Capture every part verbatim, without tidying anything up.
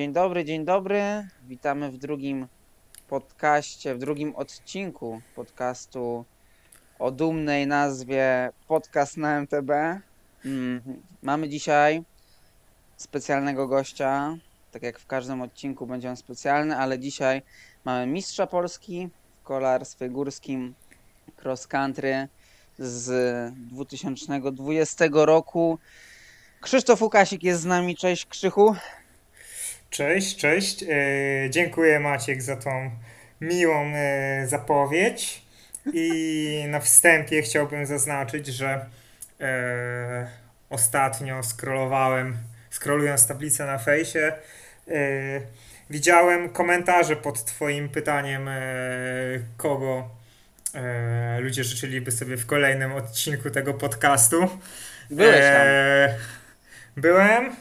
Dzień dobry, dzień dobry. Witamy w drugim podcaście, w drugim odcinku podcastu o dumnej nazwie Podcast na M T B. Mm, Mamy dzisiaj specjalnego gościa. Tak jak w każdym odcinku będzie on specjalny, ale dzisiaj mamy mistrza Polski w kolarstwie górskim cross country z dwa tysiące dwudziestego roku. Krzysztof Łukasik jest z nami. Cześć, Krzychu. Cześć, cześć. E, dziękuję Maciek za tą miłą e, zapowiedź. I na wstępie chciałbym zaznaczyć, że e, ostatnio scrollowałem, scrollując tablicę na fejsie, e, widziałem komentarze pod Twoim pytaniem, e, kogo e, ludzie życzyliby sobie w kolejnym odcinku tego podcastu. Byłeś tam. E, byłem.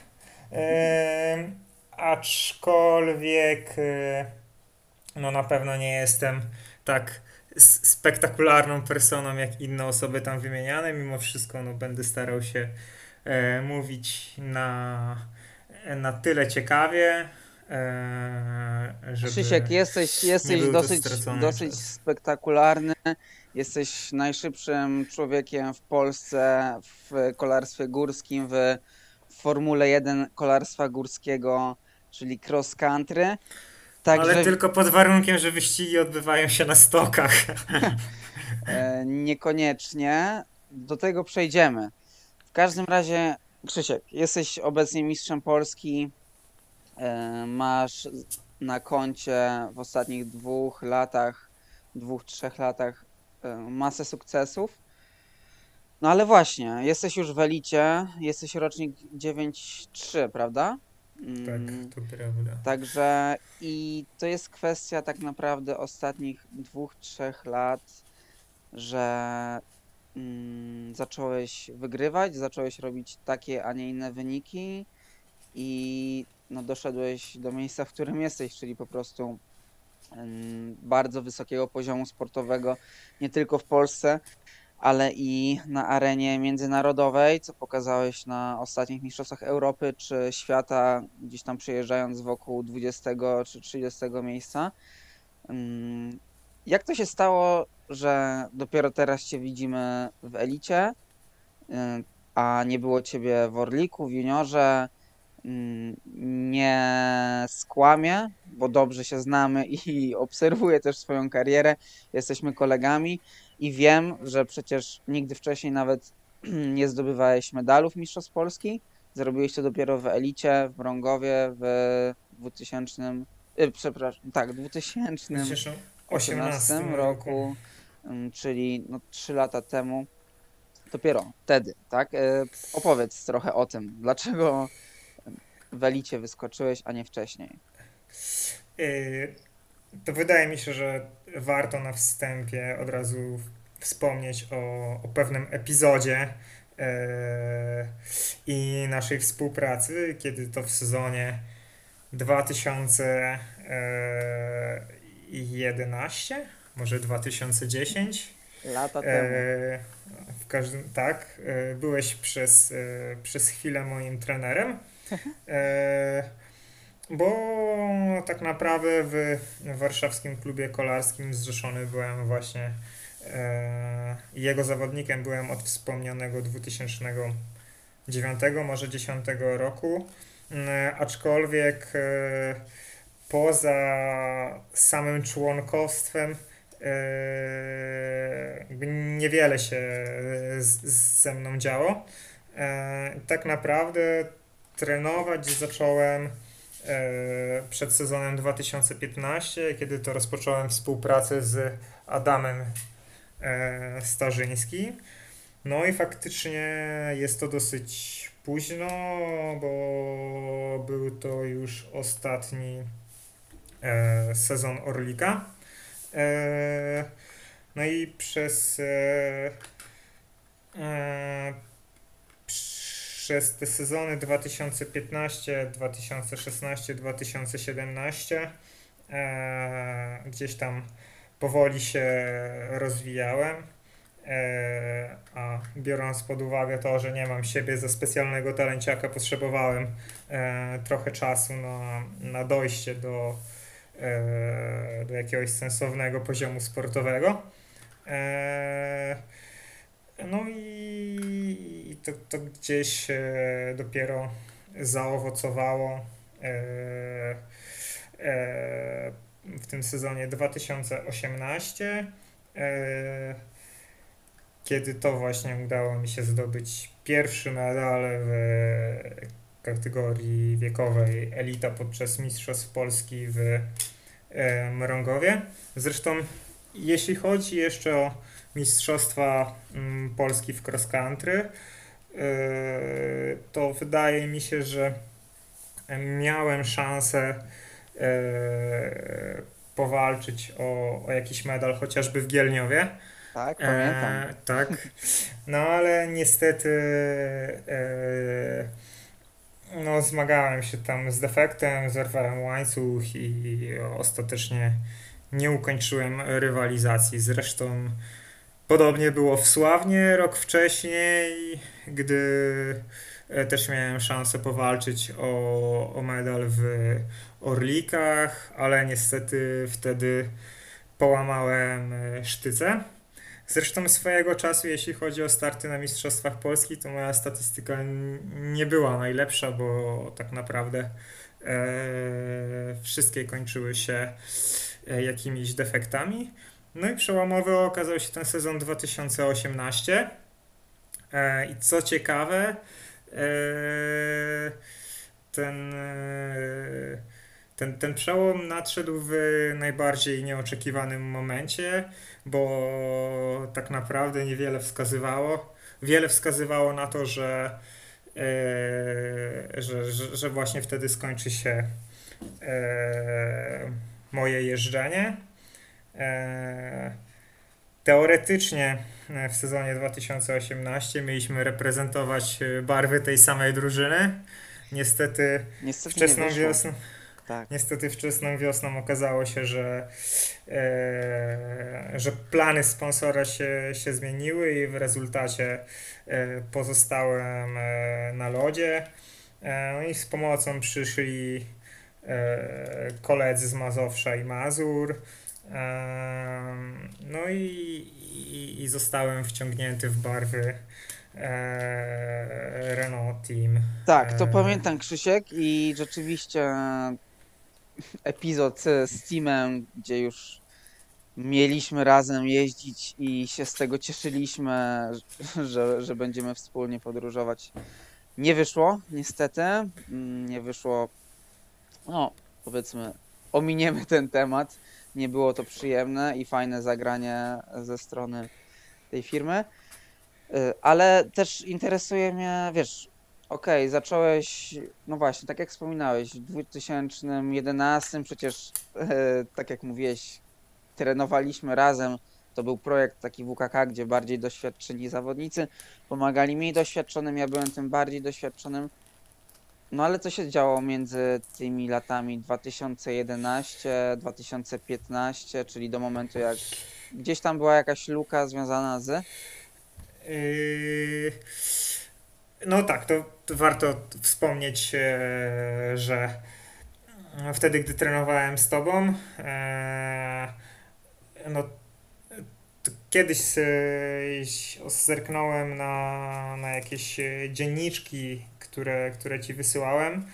E, Aczkolwiek e, no na pewno nie jestem tak s- spektakularną personą jak inne osoby tam wymieniane. Mimo wszystko no, będę starał się e, mówić na, na tyle ciekawie, e, Krzysiek, żeby jesteś, nie jesteś był to dosyć, stracony dosyć czas. spektakularny. Jesteś najszybszym człowiekiem w Polsce w kolarstwie górskim, w Formule jeden kolarstwa górskiego, czyli cross country. Ale Także tylko pod warunkiem, że wyścigi odbywają się na stokach. e, niekoniecznie do tego przejdziemy. W każdym razie, Krzysiek, jesteś obecnie mistrzem Polski. E, masz na koncie w ostatnich dwóch latach, dwóch, trzech latach e, masę sukcesów. No ale właśnie, jesteś już w elicie, jesteś rocznik dziewięć trzy, prawda? Tak, Mm, to prawda. także i to jest kwestia tak naprawdę ostatnich dwóch, trzech lat, że mm, zacząłeś wygrywać, zacząłeś robić takie, a nie inne wyniki i no, doszedłeś do miejsca, w którym jesteś, czyli po prostu ym, bardzo wysokiego poziomu sportowego, nie tylko w Polsce, ale i na arenie międzynarodowej, co pokazałeś na ostatnich Mistrzostwach Europy czy świata, gdzieś tam przejeżdżając wokół dwudziestego czy trzydziestego miejsca. Ym, Jak to się stało, że dopiero teraz Cię widzimy w elicie, y, a nie było Ciebie w Orliku, w juniorze? Mm, Nie skłamię, bo dobrze się znamy i obserwuję też swoją karierę. Jesteśmy kolegami i wiem, że przecież nigdy wcześniej nawet nie zdobywałeś medalów Mistrzostw Polski. Zrobiłeś to dopiero w elicie, w Mrągowie w dwutysięcznym, y, przepraszam, tak, W dwa tysiące osiemnastym dwa tysiące osiemnastym roku. roku, ym, czyli no, trzy lata temu. Dopiero wtedy, tak? E, Opowiedz trochę o tym. Dlaczego w elicie wyskoczyłeś, a nie wcześniej? Y, To wydaje mi się, że warto na wstępie od razu wspomnieć o, o pewnym epizodzie e, i naszej współpracy, kiedy to w sezonie dwa tysiące jedenaście, może dwa tysiące dziesięć. Lata temu. E, w każdym tak, e, byłeś przez, e, przez chwilę moim trenerem. E, Bo tak naprawdę w warszawskim klubie kolarskim zrzeszony byłem właśnie e, jego zawodnikiem byłem od wspomnianego dwa tysiące dziewiątego, może dziesiątego roku. E, aczkolwiek e, poza samym członkostwem e, jakby niewiele się z, ze mną działo. E, tak naprawdę trenować zacząłem e, przed sezonem dwa tysiące piętnastym, kiedy to rozpocząłem współpracę z Adamem e, Starzyńskim. No i faktycznie jest to dosyć późno, bo był to już ostatni e, sezon Orlika. E, no i przez e, e, przez te sezony dwa tysiące piętnasty, dwa tysiące szesnasty, dwa tysiące siedemnasty e, gdzieś tam powoli się rozwijałem. e, a biorąc pod uwagę to, że nie mam siebie za specjalnego talenciaka, potrzebowałem e, trochę czasu na, na dojście do, e, do jakiegoś sensownego poziomu sportowego. E, no i, i to, to gdzieś e, dopiero zaowocowało e, e, w tym sezonie dwa tysiące osiemnastym, e, kiedy to właśnie udało mi się zdobyć pierwszy medal w kategorii wiekowej elita podczas Mistrzostw Polski w e, Mrągowie. Zresztą jeśli chodzi jeszcze o Mistrzostwa mm, Polski w cross country, e, to wydaje mi się, że miałem szansę e, powalczyć o, o jakiś medal chociażby w Gielniowie. Tak, pamiętam. E, tak, no ale niestety e, no, zmagałem się tam z defektem, zerwałem łańcuch i ostatecznie nie ukończyłem rywalizacji. Zresztą podobnie było w Sławnie rok wcześniej, gdy e, też miałem szansę powalczyć o, o medal w Orlikach, ale niestety wtedy połamałem e, sztycę. Zresztą swojego czasu, jeśli chodzi o starty na Mistrzostwach Polski, to moja statystyka n- nie była najlepsza, bo tak naprawdę e, wszystkie kończyły się e, jakimiś defektami. No i przełomowy okazał się ten sezon dwa tysiące osiemnasty. E, I co ciekawe, e, ten, e, ten, ten przełom nadszedł w najbardziej nieoczekiwanym momencie, bo tak naprawdę niewiele wskazywało. Wiele wskazywało na to, że, e, że, że, że właśnie wtedy skończy się e, moje jeżdżenie. E, teoretycznie e, w sezonie dwa tysiące osiemnastym mieliśmy reprezentować e, barwy tej samej drużyny. Niestety Niestety nie wczesną wyszło. wiosną, Tak. niestety wczesną wiosną okazało się, że, e, że plany sponsora się, się zmieniły i w rezultacie e, pozostałem e, na lodzie. E, no i z pomocą przyszli e, koledzy z Mazowsza i Mazur. Em, No i, i, i zostałem wciągnięty w barwy e, Renault Team. Tak, to E, pamiętam, Krzysiek, i rzeczywiście epizod z teamem, gdzie już mieliśmy razem jeździć i się z tego cieszyliśmy, że, że będziemy wspólnie podróżować. Nie wyszło, niestety. Mm, Nie wyszło, no powiedzmy, ominiemy ten temat. Nie było to przyjemne i fajne zagranie ze strony tej firmy. Y, Ale też interesuje mnie, wiesz, okej, zacząłeś, no właśnie, tak jak wspominałeś, w dwa tysiące jedenastym przecież, e, tak jak mówiłeś, trenowaliśmy razem. To był projekt taki W K K, gdzie bardziej doświadczeni zawodnicy pomagali mniej doświadczonym, ja byłem tym bardziej doświadczonym. No ale co się działo między tymi latami dwa tysiące jedenasty dwa tysiące piętnaście, czyli do momentu, jak gdzieś tam była jakaś luka związana z... Yy, No tak, to, to warto wspomnieć, e, że wtedy, gdy trenowałem z tobą, e, no to kiedyś e, zerknąłem na, na jakieś e, dzienniczki, które, które ci wysyłałem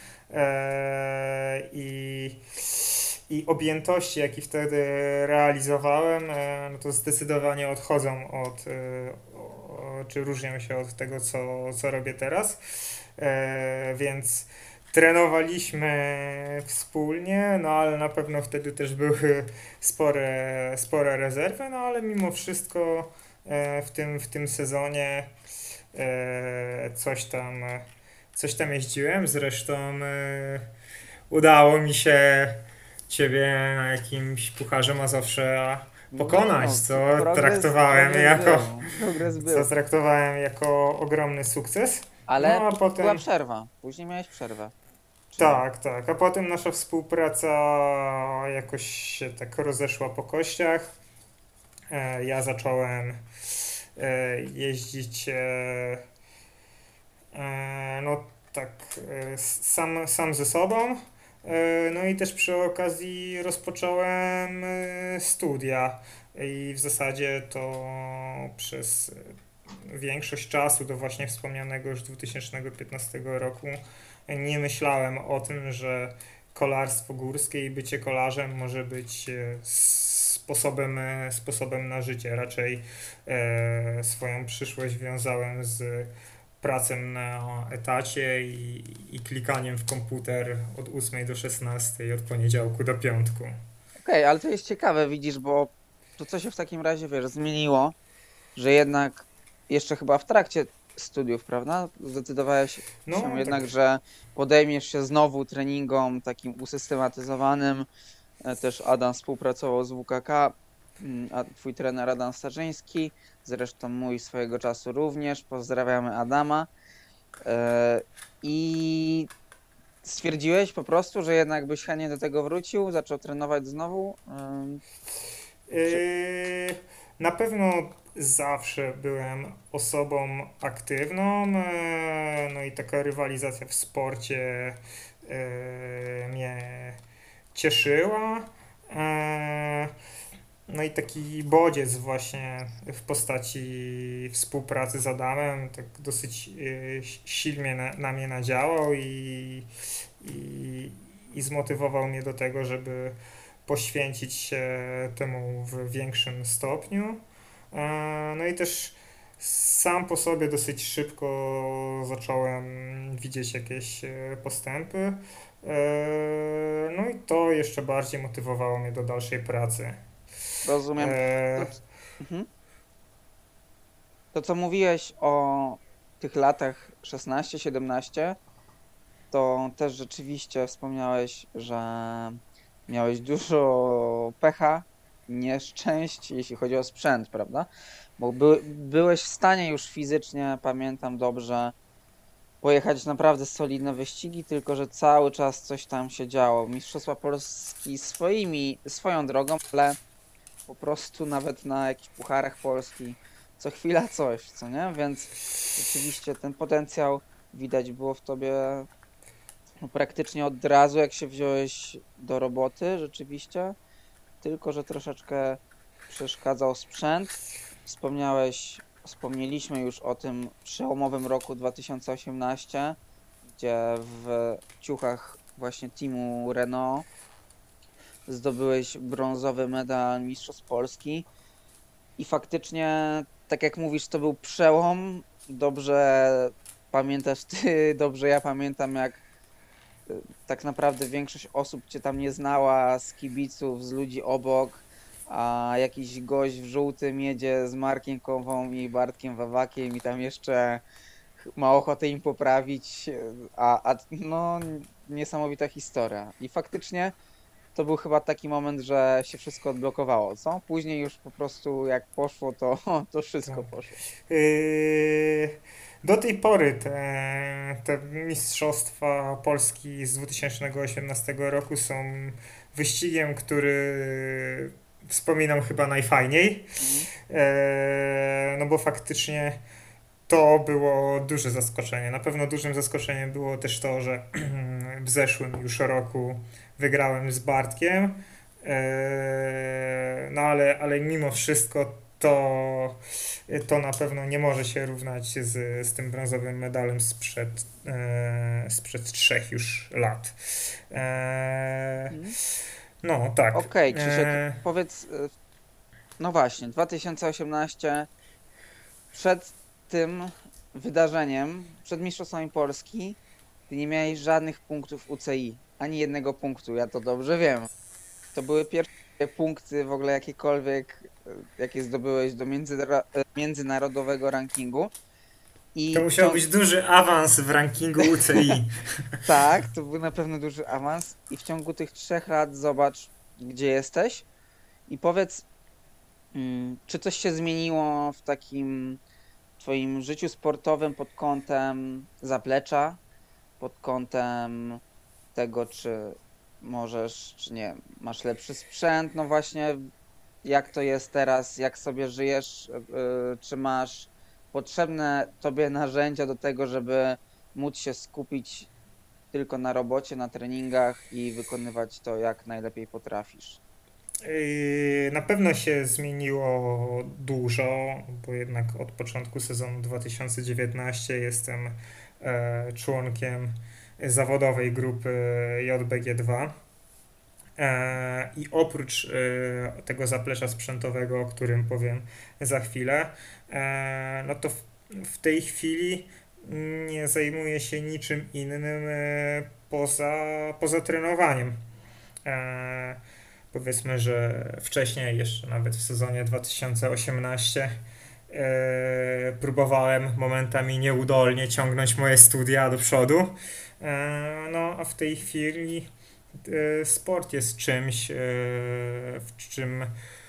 e, i, i objętości, jakie wtedy realizowałem, e, no to zdecydowanie odchodzą od, e, o, czy różnią się od tego, co, co robię teraz. E, więc trenowaliśmy wspólnie, no ale na pewno wtedy też były spore, spore rezerwy, no ale mimo wszystko e, w tym, w tym sezonie e, coś tam, coś tam jeździłem. Zresztą e, udało mi się ciebie na jakimś Pucharze Mazowsza pokonać, No, co progres, traktowałem progres jako, był, progres co był. traktowałem jako ogromny sukces. No Ale a później była potem, przerwa. Później miałeś przerwę. Czy nie? tak, tak, a potem nasza współpraca jakoś się tak rozeszła po kościach. E, Ja zacząłem e, jeździć e, e, no tak e, sam, sam ze sobą. E, No i też przy okazji rozpocząłem e, studia i w zasadzie to przez większość czasu do właśnie wspomnianego już dwa tysiące piętnastego roku nie myślałem o tym, że kolarstwo górskie i bycie kolarzem może być e, sposobem, e, sposobem na życie. Raczej e, swoją przyszłość wiązałem z pracą na etacie i, i klikaniem w komputer od ósmej do szesnastej, od poniedziałku do piątku. Okej, ale to jest ciekawe, widzisz, bo to co się w takim razie, wiesz, zmieniło, że jednak jeszcze chyba w trakcie studiów, prawda? Zdecydowałeś się No tak, jednak, że podejmiesz się znowu treningom takim usystematyzowanym. E, Też Adam współpracował z W K K, mm, a twój trener Adam Starzyński, zresztą mój swojego czasu również. Pozdrawiamy Adama. E, I stwierdziłeś po prostu, że jednak byś chętnie do tego wrócił, zaczął trenować znowu? Ym, Czy... Yy, na pewno zawsze byłem osobą aktywną, e, no i taka rywalizacja w sporcie e, mnie cieszyła. E, No i taki bodziec właśnie w postaci współpracy z Adamem tak dosyć e, silnie na, na mnie nadziałał i, i, i zmotywował mnie do tego, żeby poświęcić się temu w większym stopniu. E, No i też sam po sobie dosyć szybko zacząłem widzieć jakieś e, postępy. E, No i to jeszcze bardziej motywowało mnie do dalszej pracy. Rozumiem. To, E, c- mhm. To, co mówiłeś o tych latach szesnaście siedemnaście, to też rzeczywiście wspomniałeś, że miałeś dużo pecha, nieszczęść, jeśli chodzi o sprzęt, prawda? Bo by, byłeś w stanie już fizycznie, pamiętam dobrze, pojechać naprawdę solidne wyścigi, tylko że cały czas coś tam się działo. Mistrzostwa Polski swoimi, swoją drogą, ale po prostu nawet na jakichś pucharach Polski co chwila coś, co nie? Więc rzeczywiście ten potencjał widać było w tobie no, praktycznie od razu, jak się wziąłeś do roboty, rzeczywiście, tylko że troszeczkę przeszkadzał sprzęt. Wspomniałeś, wspomnieliśmy już o tym przełomowym roku dwa tysiące osiemnastym, gdzie w ciuchach właśnie teamu Renault zdobyłeś brązowy medal Mistrzostw Polski i faktycznie, tak jak mówisz, to był przełom. Dobrze pamiętasz ty, dobrze ja pamiętam, jak y, tak naprawdę większość osób cię tam nie znała, z kibiców, z ludzi obok, a jakiś gość w żółtym jedzie z Markiem Kową i Bartkiem Wawakiem i tam jeszcze ma ochotę im poprawić, y, a, a no niesamowita historia. I faktycznie to był chyba taki moment, że się wszystko odblokowało, co? Później już po prostu jak poszło, to, to wszystko tak. poszło. Yy, Do tej pory te, te Mistrzostwa Polski z dwa tysiące osiemnastego roku są wyścigiem, który wspominam chyba najfajniej. Mhm. E, no bo faktycznie to było duże zaskoczenie. Na pewno dużym zaskoczeniem było też to, że w zeszłym już roku wygrałem z Bartkiem. E, no ale, ale mimo wszystko to, to na pewno nie może się równać z, z tym brązowym medalem sprzed, e, sprzed trzech już lat. E, Mhm. no tak. Okej, Krzysiek, E, powiedz, y, no właśnie, dwa tysiące osiemnasty, przed tym wydarzeniem, przed Mistrzostwami Polski, ty nie miałeś żadnych punktów U C I, ani jednego punktu, ja to dobrze wiem. To były pierwsze punkty w ogóle jakiekolwiek, y, jakie zdobyłeś do międzyra- y, międzynarodowego rankingu. To I w musiał ciągu, być duży awans w rankingu U C I. tak, to był na pewno duży awans i w ciągu tych trzech lat zobacz, gdzie jesteś i powiedz, mm, czy coś się zmieniło w takim twoim życiu sportowym pod kątem zaplecza, pod kątem tego, czy możesz, czy nie, masz lepszy sprzęt, no właśnie jak to jest teraz, jak sobie żyjesz, yy, czy masz potrzebne tobie narzędzia do tego, żeby móc się skupić tylko na robocie, na treningach i wykonywać to jak najlepiej potrafisz. Yy, Na pewno się zmieniło dużo, bo jednak od początku sezonu dwa tysiące dziewiętnastego jestem e, członkiem zawodowej grupy J B G dwa. E, I oprócz e, tego zaplecza sprzętowego, o którym powiem za chwilę, e, no to w, w tej chwili nie zajmuję się niczym innym e, poza, poza trenowaniem. E, Powiedzmy, że wcześniej, jeszcze nawet w sezonie dwa tysiące osiemnastym, e, próbowałem momentami nieudolnie ciągnąć moje studia do przodu. E, no a w tej chwili e, sport jest czymś, e, w czym, e,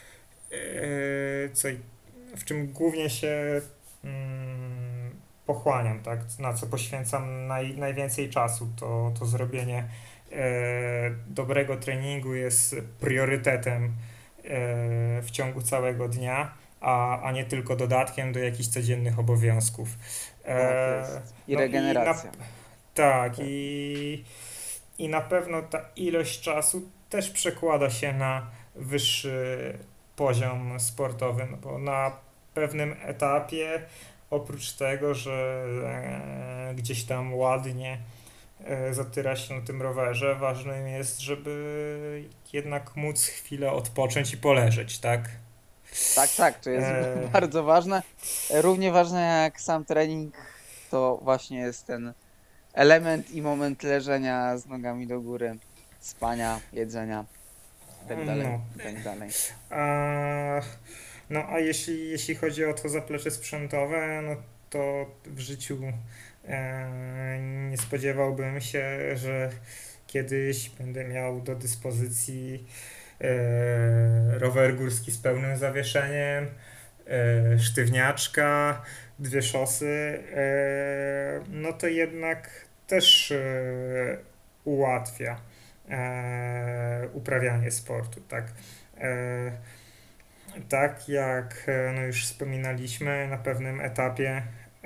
co, w czym głównie się mm, pochłaniam, tak? Na co poświęcam naj, najwięcej czasu. To, to zrobienie e, dobrego treningu jest priorytetem e, w ciągu całego dnia, a, a nie tylko dodatkiem do jakichś codziennych obowiązków. Tak E, jest. I no i na, regeneracja. tak, Pewnie. i, i na pewno ta ilość czasu też przekłada się na wyższy poziom sportowy, no bo na pewnym etapie, oprócz tego, że e, gdzieś tam ładnie e, zatyra się na tym rowerze, ważnym jest, żeby jednak móc chwilę odpocząć i poleżeć, tak? Tak, tak, to jest E, bardzo ważne. Równie ważne jak sam trening, to właśnie jest ten element i moment leżenia z nogami do góry, spania, jedzenia i tak dalej, no, i tak dalej. a, no a jeśli, jeśli chodzi o to zaplecze sprzętowe, no to w życiu e, nie spodziewałbym się, że kiedyś będę miał do dyspozycji e, rower górski z pełnym zawieszeniem, e, sztywniaczka, dwie szosy, e, no to jednak też e, ułatwia e, uprawianie sportu, tak. E, tak jak e, no już wspominaliśmy, na pewnym etapie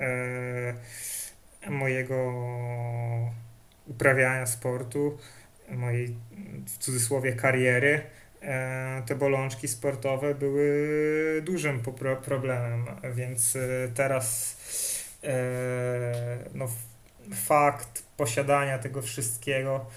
e, mojego uprawiania sportu, mojej w cudzysłowie kariery, e, te bolączki sportowe były dużym popro- problemem, więc e, teraz e, no, fakt posiadania tego wszystkiego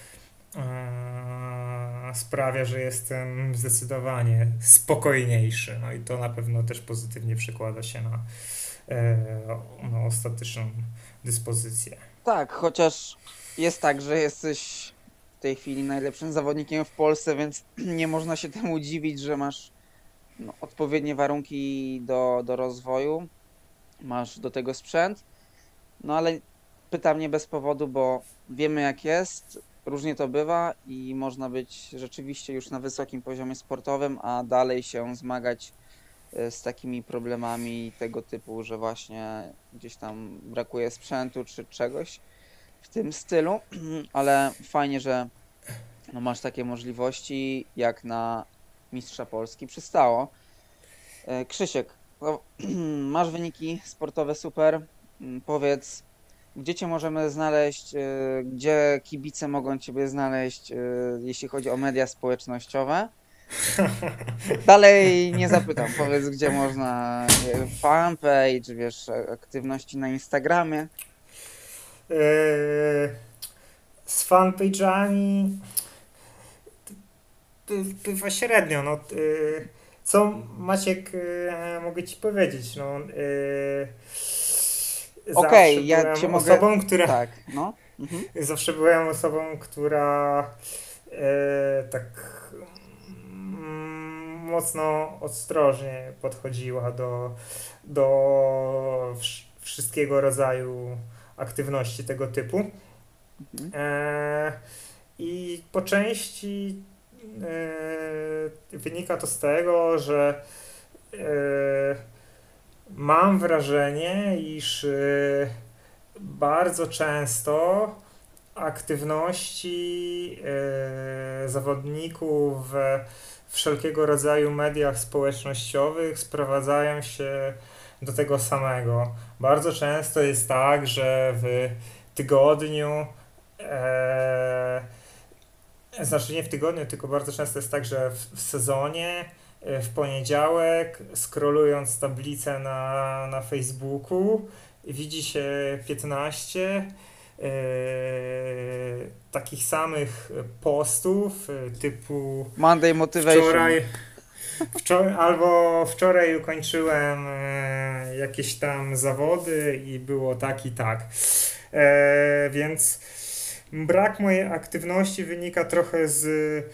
e, sprawia, że jestem zdecydowanie spokojniejszy. No i to na pewno też pozytywnie przekłada się na, e, na ostateczną dyspozycję. Tak, chociaż jest tak, że jesteś w tej chwili najlepszym zawodnikiem w Polsce, więc nie można się temu dziwić, że masz no, odpowiednie warunki do, do rozwoju, masz do tego sprzęt. No ale pytam nie bez powodu, bo wiemy jak jest, różnie to bywa i można być rzeczywiście już na wysokim poziomie sportowym, a dalej się zmagać e, z takimi problemami tego typu, że właśnie gdzieś tam brakuje sprzętu czy czegoś w tym stylu, ale fajnie, że no, masz takie możliwości jak na mistrza Polski przystało. E, Krzysiek, no, masz wyniki sportowe super. Mm, Powiedz, gdzie cię możemy znaleźć, e, gdzie kibice mogą ciebie znaleźć, e, jeśli chodzi o media społecznościowe? Dalej nie zapytam. Powiedz, gdzie można, nie wiem, fanpage, wiesz, a- aktywności na Instagramie. E, z fanpage'ami by- bywa średnio. No, e, co Maciek e, mogę ci powiedzieć? No, e, zawsze Okej, ja cię byłem mogę. osobą, która Tak, no. Mhm. zawsze byłem osobą, która e, tak mm, mocno ostrożnie podchodziła do, do wsz- wszystkiego rodzaju aktywności tego typu. Mhm. E, I po części e, wynika to z tego, że e, mam wrażenie, iż e, bardzo często aktywności e, zawodników w wszelkiego rodzaju mediach społecznościowych sprowadzają się do tego samego. Bardzo często jest tak, że w tygodniu, e, znaczy nie w tygodniu, tylko bardzo często jest tak, że w, w sezonie, e, w poniedziałek, scrollując tablicę na, na Facebooku, widzi się piętnaście e, takich samych postów e, typu Monday Motivation. wczoraj, wczoraj albo wczoraj ukończyłem e, jakieś tam zawody i było tak i tak. E, więc brak mojej aktywności wynika trochę z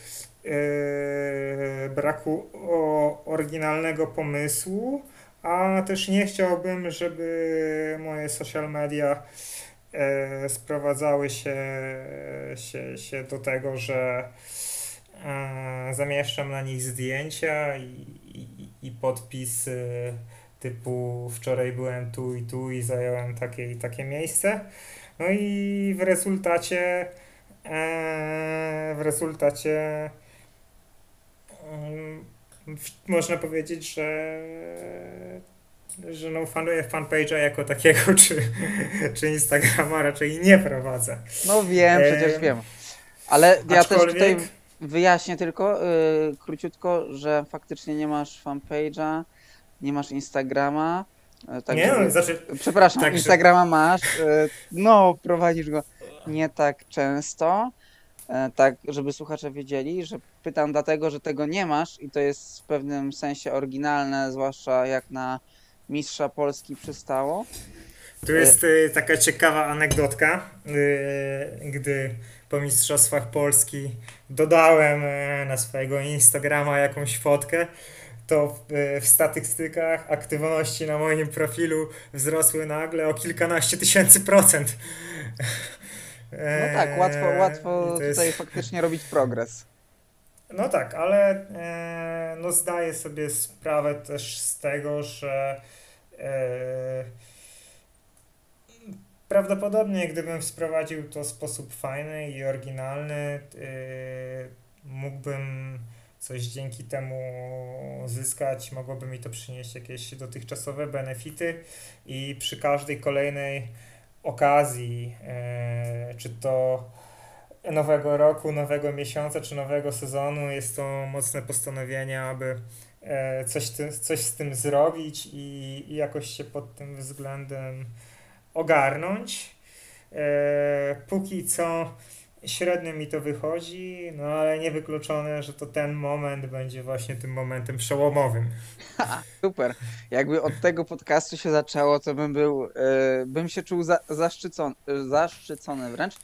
e, braku o, oryginalnego pomysłu, a też nie chciałbym, żeby moje social media e, sprowadzały się, się, się do tego, że e, zamieszczam na nich zdjęcia i, i, i podpisy typu wczoraj byłem tu i tu i zająłem takie i takie miejsce. No i w rezultacie e, w rezultacie mm, w- można powiedzieć, że że no fanuję fanpage'a jako takiego, czy, czy Instagrama raczej nie prowadzę. No wiem, przecież E, wiem. Ale ja też tutaj aczkolwiek wyjaśnię tylko yy, króciutko, że faktycznie nie masz fanpage'a, nie masz Instagrama, yy, tak nie no, żeby... znaczy Przepraszam, także Instagrama masz, yy, no prowadzisz go nie tak często, yy, tak żeby słuchacze wiedzieli, że pytam dlatego, że tego nie masz i to jest w pewnym sensie oryginalne, zwłaszcza jak na mistrza Polski przystało. tu Yy, jest y, taka ciekawa anegdotka, y, gdy po Mistrzostwach Polski dodałem y, na swojego Instagrama jakąś fotkę, to w, y, w statystykach aktywności na moim profilu wzrosły nagle o kilkanaście tysięcy procent. no tak, łatwo, Eee, I łatwo to tutaj jest. faktycznie robić progres. No tak, ale e, no zdaję sobie sprawę też z tego, że e, prawdopodobnie gdybym wprowadził to w sposób fajny i oryginalny, e, mógłbym coś dzięki temu zyskać, mogłoby mi to przynieść jakieś dotychczasowe benefity i przy każdej kolejnej okazji, e, czy to nowego roku, nowego miesiąca czy nowego sezonu jest to mocne postanowienie, aby e, coś, ty, coś z tym zrobić i, i jakoś się pod tym względem ogarnąć. E, póki co średnio mi to wychodzi, no ale niewykluczone, że to ten moment będzie właśnie tym momentem przełomowym. Super. Jakby od tego podcastu się zaczęło, to bym był, e, bym się czuł za, zaszczycony, zaszczycony wręcz.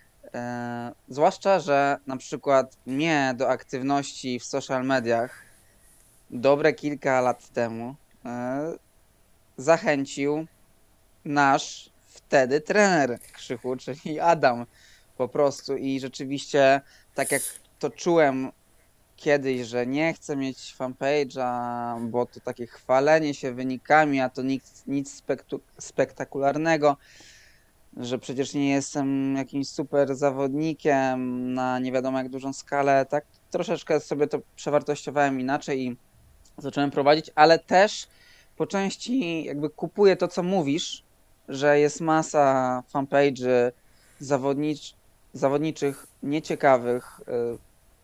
E, zwłaszcza, że na przykład mnie do aktywności w social mediach dobre kilka lat temu e, zachęcił nasz wtedy trener Krzychu, czyli Adam po prostu. I rzeczywiście, tak jak to czułem kiedyś, że nie chcę mieć fanpage'a, bo to takie chwalenie się wynikami, a to nic, nic spektu- spektakularnego, że przecież nie jestem jakimś super zawodnikiem na nie wiadomo jak dużą skalę, tak troszeczkę sobie to przewartościowałem inaczej i zacząłem prowadzić, ale też po części jakby kupuję to, co mówisz, że jest masa fanpage'y zawodnicz, zawodniczych, nieciekawych, y,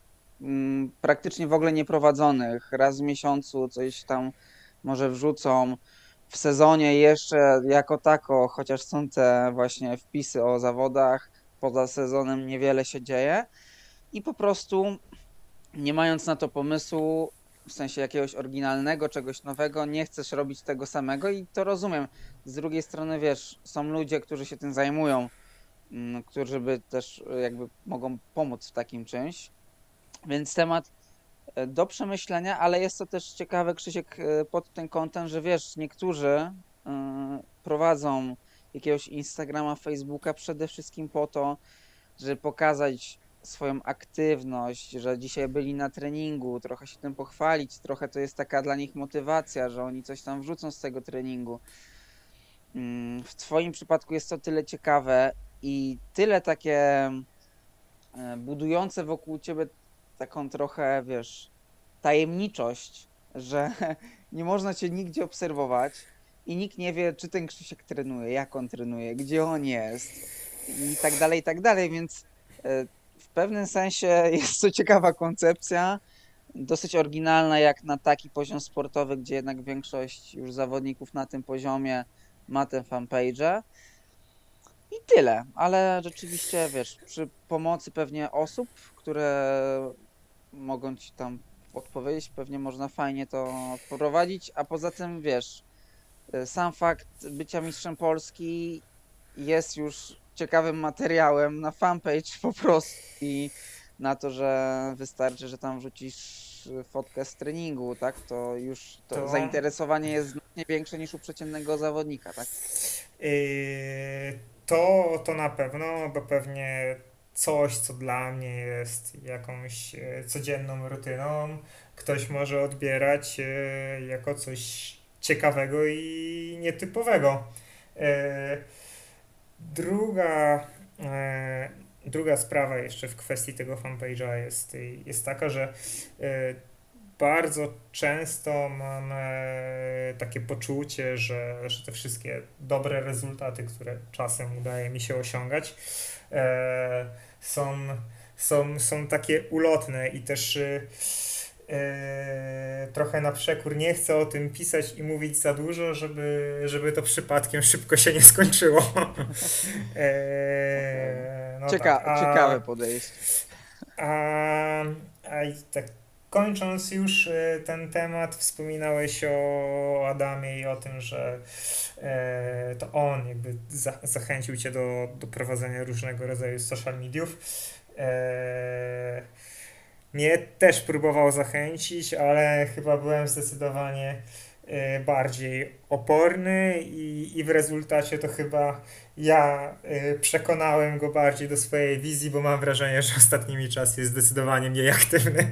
mm, praktycznie w ogóle nieprowadzonych. Raz w miesiącu coś tam może wrzucą. W sezonie jeszcze jako tako, chociaż są te właśnie wpisy o zawodach, poza sezonem niewiele się dzieje i po prostu nie mając na to pomysłu, w sensie jakiegoś oryginalnego, czegoś nowego, nie chcesz robić tego samego i to rozumiem. Z drugiej strony, wiesz, są ludzie, którzy się tym zajmują, mm, którzy by też y, jakby mogą pomóc w takim czymś. Więc temat e, do przemyślenia, ale jest to też ciekawe, Krzysiek, e, pod tym kątem, że wiesz, niektórzy e, prowadzą jakiegoś Instagrama, Facebooka przede wszystkim po to, żeby pokazać swoją aktywność, że dzisiaj byli na treningu, trochę się tym pochwalić, trochę to jest taka dla nich motywacja, że oni coś tam wrzucą z tego treningu. Mm, W Twoim przypadku jest to tyle ciekawe i tyle takie e, budujące wokół Ciebie taką trochę, wiesz, tajemniczość, że nie można cię nigdzie obserwować i nikt nie wie, czy ten Krzysiek trenuje, jak on trenuje, gdzie on jest i tak dalej, i tak dalej, więc e, w pewnym sensie jest to ciekawa koncepcja, dosyć oryginalna jak na taki poziom sportowy, gdzie jednak większość już zawodników na tym poziomie ma ten fanpage. I tyle, ale rzeczywiście, wiesz, przy pomocy pewnie osób, które mogą ci tam odpowiedzieć, pewnie można fajnie to poprowadzić, a poza tym, wiesz, y, sam fakt bycia mistrzem Polski jest już ciekawym materiałem na fanpage po prostu i na to, że wystarczy, że tam wrzucisz fotkę z treningu, tak, to już to To zainteresowanie jest znacznie większe niż u przeciętnego zawodnika, tak? Yy, to, to na pewno, bo pewnie coś, co dla mnie jest jakąś e, codzienną rutyną, ktoś może odbierać e, jako coś ciekawego i nietypowego. E, Druga, e, druga sprawa jeszcze w kwestii tego fanpage'a jest, jest taka, że e, bardzo często mam e, takie poczucie, że, że te wszystkie dobre rezultaty, które czasem udaje mi się osiągać, e, są, są, są takie ulotne i też e, e, trochę na przekór nie chcę o tym pisać i mówić za dużo, żeby, żeby to przypadkiem szybko się nie skończyło. Okej. E, no tak, Cieka a ciekawe podejście. a, a i tak kończąc już e, ten temat, wspominałeś o Adamie i o tym, że e, to on jakby za, zachęcił cię do, do prowadzenia różnego rodzaju social mediów. E, Mnie też próbował zachęcić, ale chyba byłem zdecydowanie e, bardziej oporny i, i w rezultacie to chyba ja e, przekonałem go bardziej do swojej wizji, bo mam wrażenie, że ostatnimi czasy jest zdecydowanie mniej aktywny.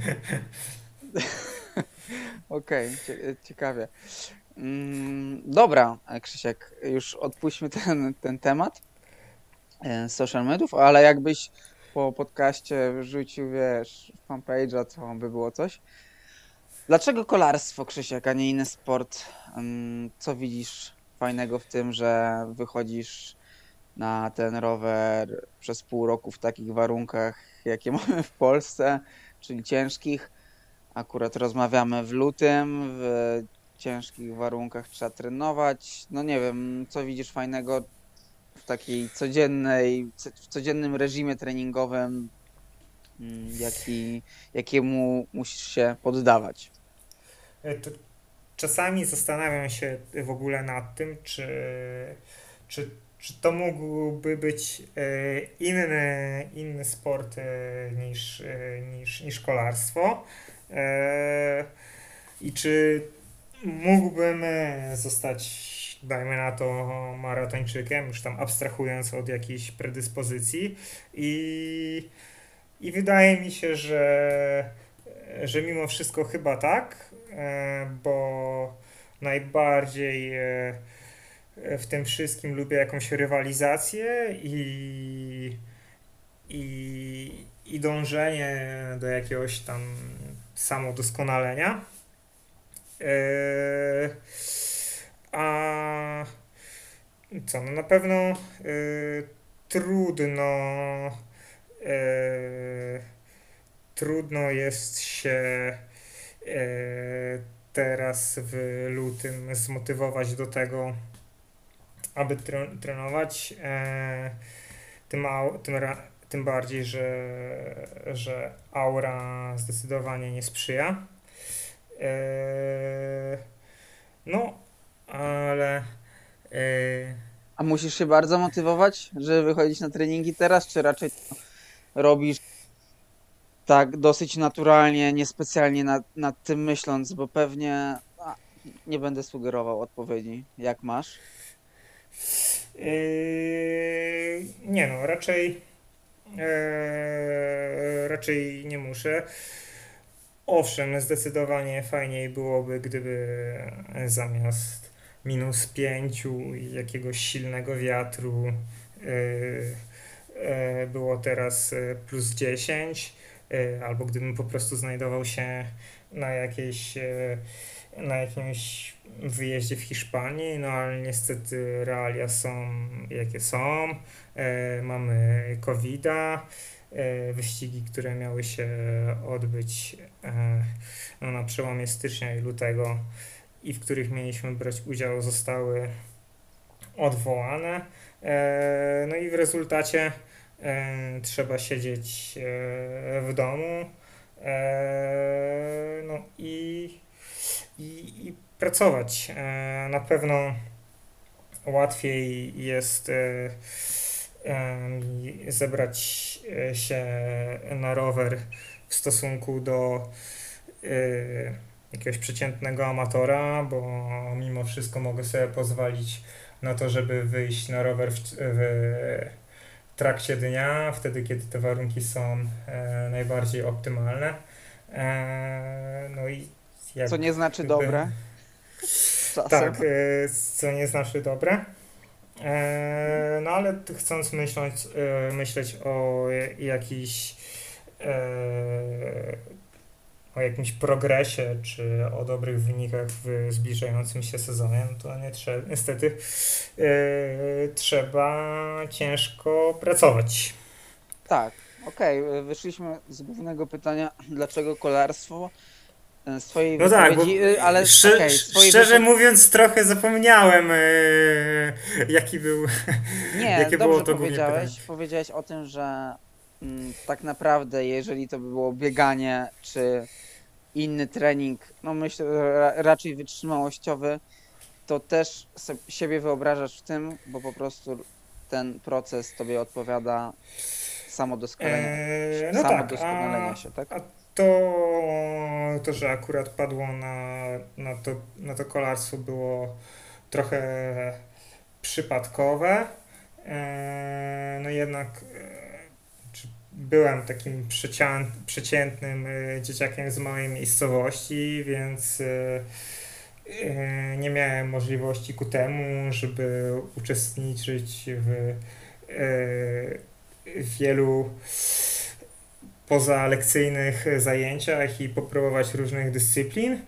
Okej, cie ciekawie. Mm, dobra, e, Krzysiek, już odpuśćmy ten, ten temat e, social mediów, ale jakbyś po podcaście wrzucił, wiesz, fanpage'a, to by było coś. Dlaczego kolarstwo, Krzysiek, a nie inny sport? Mm, co widzisz fajnego w tym, że wychodzisz na ten rower przez pół roku w takich warunkach, jakie mamy w Polsce, czyli ciężkich? Akurat rozmawiamy w lutym, w ciężkich warunkach trzeba trenować. No nie wiem, co widzisz fajnego w takiej codziennej, co- w codziennym reżimie treningowym, mm, jaki, jakiemu musisz się poddawać. E, To czasami zastanawiam się w ogóle nad tym, czy, czy, czy to mógłby być e, inny, inny sport e, niż, e, niż, niż kolarstwo. E, I czy mógłbym e, zostać, dajmy na to, maratończykiem, już tam abstrahując od jakiejś predyspozycji. I, i wydaje mi się, że, że mimo wszystko chyba tak, e, bo najbardziej e, w tym wszystkim lubię jakąś rywalizację i, i, i dążenie do jakiegoś tam samodoskonalenia. E, A co, no na pewno e, trudno e, trudno jest się e, teraz w lutym zmotywować do tego, aby tre- trenować. E, tym, au, tym, ra, tym bardziej, że, że aura zdecydowanie nie sprzyja. E, no, ale e, A musisz się bardzo motywować, żeby wychodzić na treningi teraz, czy raczej to robisz tak dosyć naturalnie, niespecjalnie nad, nad tym myśląc, bo pewnie a, nie będę sugerował odpowiedzi, jak masz. e, nie no, raczej e, raczej nie muszę. Owszem, zdecydowanie fajniej byłoby, gdyby zamiast minus pięciu i jakiegoś silnego wiatru yy, yy, było teraz yy, plus dziesięć, yy, albo gdybym po prostu znajdował się na jakiejś e, na jakimś wyjeździe w Hiszpanii, no ale niestety realia są jakie są. E, mamy kowida, e, wyścigi, które miały się odbyć e, no, na przełomie stycznia i lutego i w których mieliśmy brać udział, zostały odwołane. E, no i w rezultacie e, trzeba siedzieć e, w domu. E, no i, i, i pracować. E, na pewno łatwiej jest e, e, mi zebrać e, się na rower w stosunku do e, jakiegoś przeciętnego amatora, bo mimo wszystko mogę sobie pozwolić na to, żeby wyjść na rower w, w trakcie dnia, wtedy kiedy te warunki są e, najbardziej optymalne. E, no i Co nie znaczy jakby dobre czasem. tak, e, co nie znaczy dobre. E, no ale t- chcąc myśleć, e, myśleć o jakiś e, o jakimś progresie czy o dobrych wynikach w zbliżającym się sezonie, no to nie trzeba, niestety e, trzeba ciężko pracować. Tak, okej, wyszliśmy z głównego pytania, dlaczego kolarstwo, e, z twojej No tak, bo wypowiedzi, y, ale sze, okej, z twojej szczerze wypowiedzi, mówiąc trochę zapomniałem e, jaki był, nie, jakie było dobrze to głównie pytanie. powiedziałeś, powiedziałeś o tym, że mm, tak naprawdę, jeżeli to by było bieganie, czy inny trening, no myślę, że ra- raczej wytrzymałościowy, to też se- siebie wyobrażasz w tym, bo po prostu ten proces tobie odpowiada samodoskonalenia, E, no tak, a, samodoskonalenia się, tak? a to, to, że akurat padło na, na to, na to kolarstwo było trochę przypadkowe. E, no jednak e, czy byłem takim przecian, przeciętnym e, dzieciakiem z małej miejscowości, więc e, e, nie miałem możliwości ku temu, żeby uczestniczyć w e, wielu pozalekcyjnych zajęciach i popróbować różnych dyscyplin.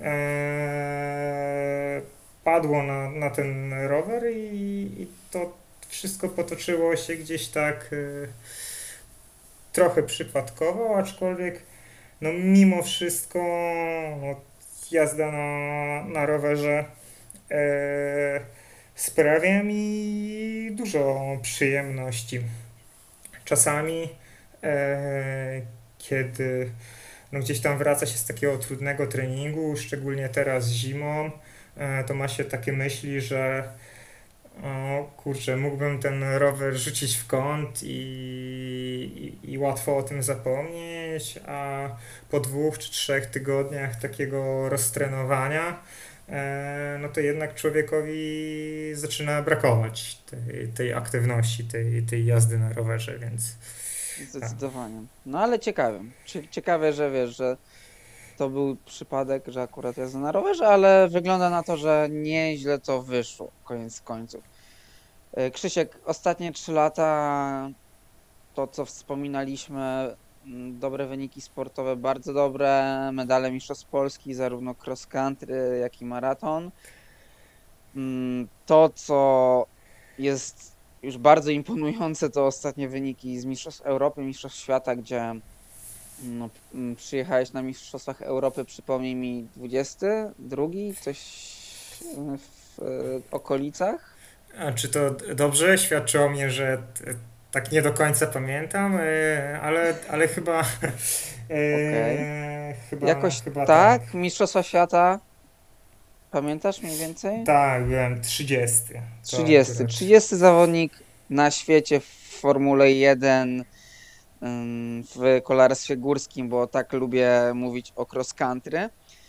Eee, padło na, na ten rower i, i to wszystko potoczyło się gdzieś tak e, trochę przypadkowo, aczkolwiek no mimo wszystko no, jazda na, na rowerze e, sprawia mi dużo przyjemności. Czasami, e, kiedy no gdzieś tam wraca się z takiego trudnego treningu, szczególnie teraz zimą, e, to ma się takie myśli, że o kurczę, mógłbym ten rower rzucić w kąt i, i, i łatwo o tym zapomnieć, a po dwóch czy trzech tygodniach takiego roztrenowania, e, no to jednak człowiekowi zaczyna brakować tej, tej aktywności, tej, tej jazdy na rowerze, więc tak. Zdecydowanie. No ale ciekawe. Cie- Ciekawe, że wiesz, że to był przypadek, że akurat jazda na rowerze, ale wygląda na to, że nieźle to wyszło, koniec końców. E, Krzysiek, ostatnie trzy lata, to co wspominaliśmy, mm, dobre wyniki sportowe, bardzo dobre, medale Mistrzostw Polski, zarówno cross country, jak i maraton. Mm, To, co jest już bardzo imponujące, to ostatnie wyniki z Mistrzostw Europy, Mistrzostw Świata, gdzie no, mm, przyjechałeś na Mistrzostwach Europy, przypomnij mi, dwudziesty drugi, coś y, w y, okolicach. A czy to d- dobrze? Świadczy o mnie, że t- tak nie do końca pamiętam, e, ale, ale chyba, Okej. e, chyba, Jakoś chyba tak. tak, Mistrzostwa Świata, pamiętasz mniej więcej? Tak, byłem trzydziesty. To trzydziesty. akurat. trzydziesty zawodnik na świecie w Formule jeden, ym, w kolarstwie górskim, bo tak lubię mówić o cross country.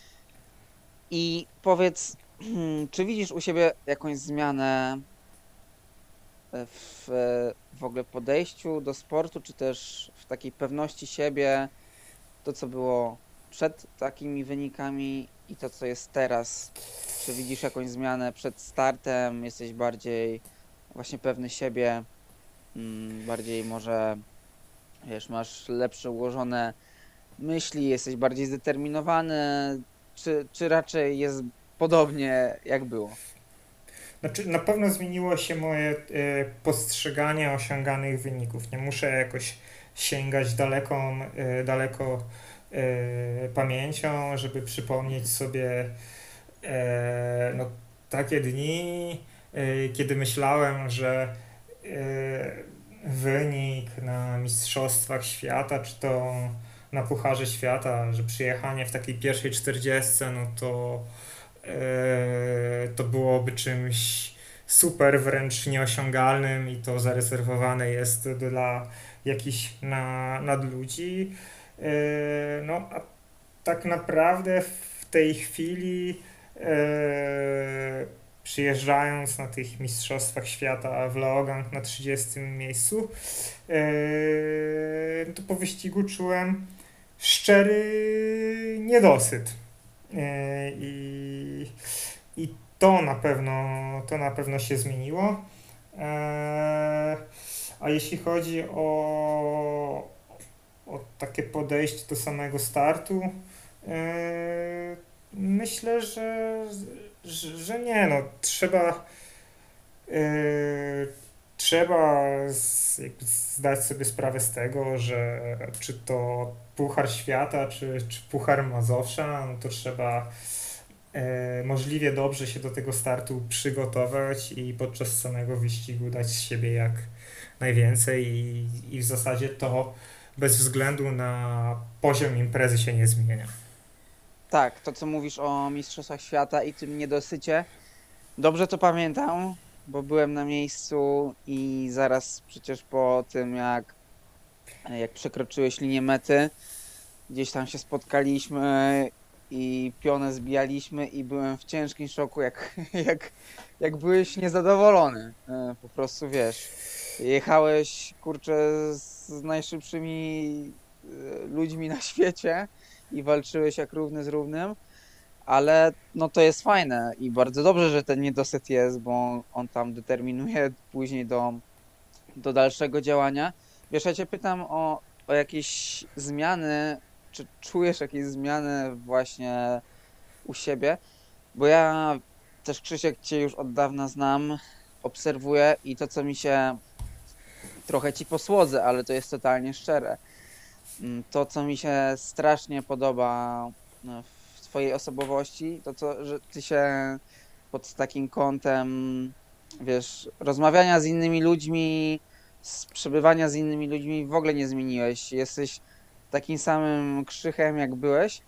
I powiedz, czy widzisz u siebie jakąś zmianę e, w, w ogóle podejściu do sportu, czy też w takiej pewności siebie, to co było przed takimi wynikami i to co jest teraz? Czy widzisz jakąś zmianę przed startem? Jesteś bardziej właśnie pewny siebie, mm, bardziej może, wiesz, masz lepsze ułożone myśli, jesteś bardziej zdeterminowany, czy, czy raczej jest podobnie jak było? Znaczy, na pewno zmieniło się moje e, postrzeganie osiąganych wyników. Nie muszę jakoś sięgać daleką, e, daleko e, pamięcią, żeby przypomnieć sobie e, no, takie dni, e, kiedy myślałem, że e, wynik na Mistrzostwach Świata, czy to na Pucharze Świata, że przyjechanie w takiej pierwszej czterdziestce, no to e, to byłoby czymś super, wręcz nieosiągalnym i to zarezerwowane jest dla jakichś na, nadludzi. E, no a tak naprawdę w tej chwili e, przyjeżdżając na tych Mistrzostwach Świata w Leogang na trzydziestym miejscu, e, to po wyścigu czułem szczery niedosyt. E, I, I to na pewno, to na pewno się zmieniło. E, A jeśli chodzi o, o takie podejście do samego startu, e, myślę, że, że, że nie, no trzeba e, trzeba z, jakby zdać sobie sprawę z tego, że czy to Puchar Świata, czy, czy Puchar Mazowsza, no to trzeba e, możliwie dobrze się do tego startu przygotować i podczas samego wyścigu dać z siebie jak najwięcej i, i w zasadzie to bez względu na poziom imprezy się nie zmienia. Tak, to co mówisz o Mistrzostwach Świata i tym niedosycie, dobrze to pamiętam, bo byłem na miejscu i zaraz przecież po tym, jak, jak przekroczyłeś linię mety, gdzieś tam się spotkaliśmy i pionę zbijaliśmy i byłem w ciężkim szoku, jak, jak, jak byłeś niezadowolony. E, Po prostu wiesz, jechałeś, kurczę, z najszybszymi e, ludźmi na świecie i walczyłeś jak równy z równym, ale no to jest fajne i bardzo dobrze, że ten niedosyt jest, bo on tam determinuje później do, do dalszego działania. Wiesz, ja cię pytam o, o jakieś zmiany, czy czujesz jakieś zmiany właśnie u siebie? Bo ja też, Krzysiek, cię już od dawna znam, obserwuję i to, co mi się trochę ci posłodzę, ale to jest totalnie szczere. Mm, To, co mi się strasznie podoba no, w twojej osobowości, to to, że ty się pod takim kątem, wiesz, rozmawiania z innymi ludźmi, z przebywania z innymi ludźmi w ogóle nie zmieniłeś. Jesteś takim samym Krzychem, jak byłeś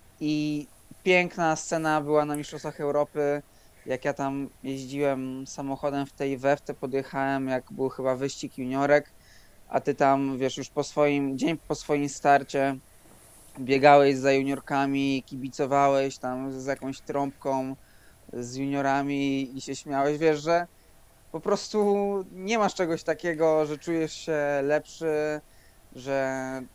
i piękna scena była na Mistrzostwach Europy, jak ja tam jeździłem samochodem w tej we w te podjechałem, jak był chyba wyścig juniorek, a ty tam, wiesz, już po swoim, dzień po swoim starcie biegałeś za juniorkami, kibicowałeś tam z jakąś trąbką, z juniorami i się śmiałeś, wiesz, że po prostu nie masz czegoś takiego, że czujesz się lepszy, że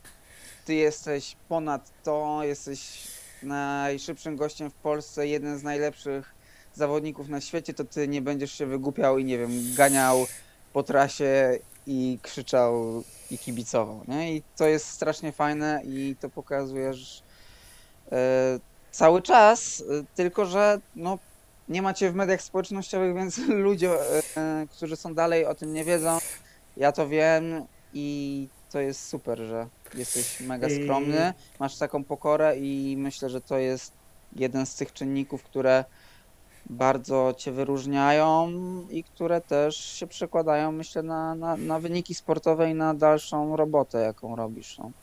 ty jesteś ponad to, jesteś najszybszym gościem w Polsce, jeden z najlepszych zawodników na świecie, to ty nie będziesz się wygłupiał i nie wiem, ganiał po trasie i krzyczał i kibicował, nie? I to jest strasznie fajne i to pokazujesz e, cały czas, e, tylko że no, nie macie w mediach społecznościowych, więc ludzie, e, którzy są dalej, o tym nie wiedzą. Ja to wiem i to jest super, że jesteś mega I, skromny, masz taką pokorę i myślę, że to jest jeden z tych czynników, które bardzo cię wyróżniają i które też się przekładają, myślę, na, na, na wyniki sportowe i na dalszą robotę, jaką robisz. No.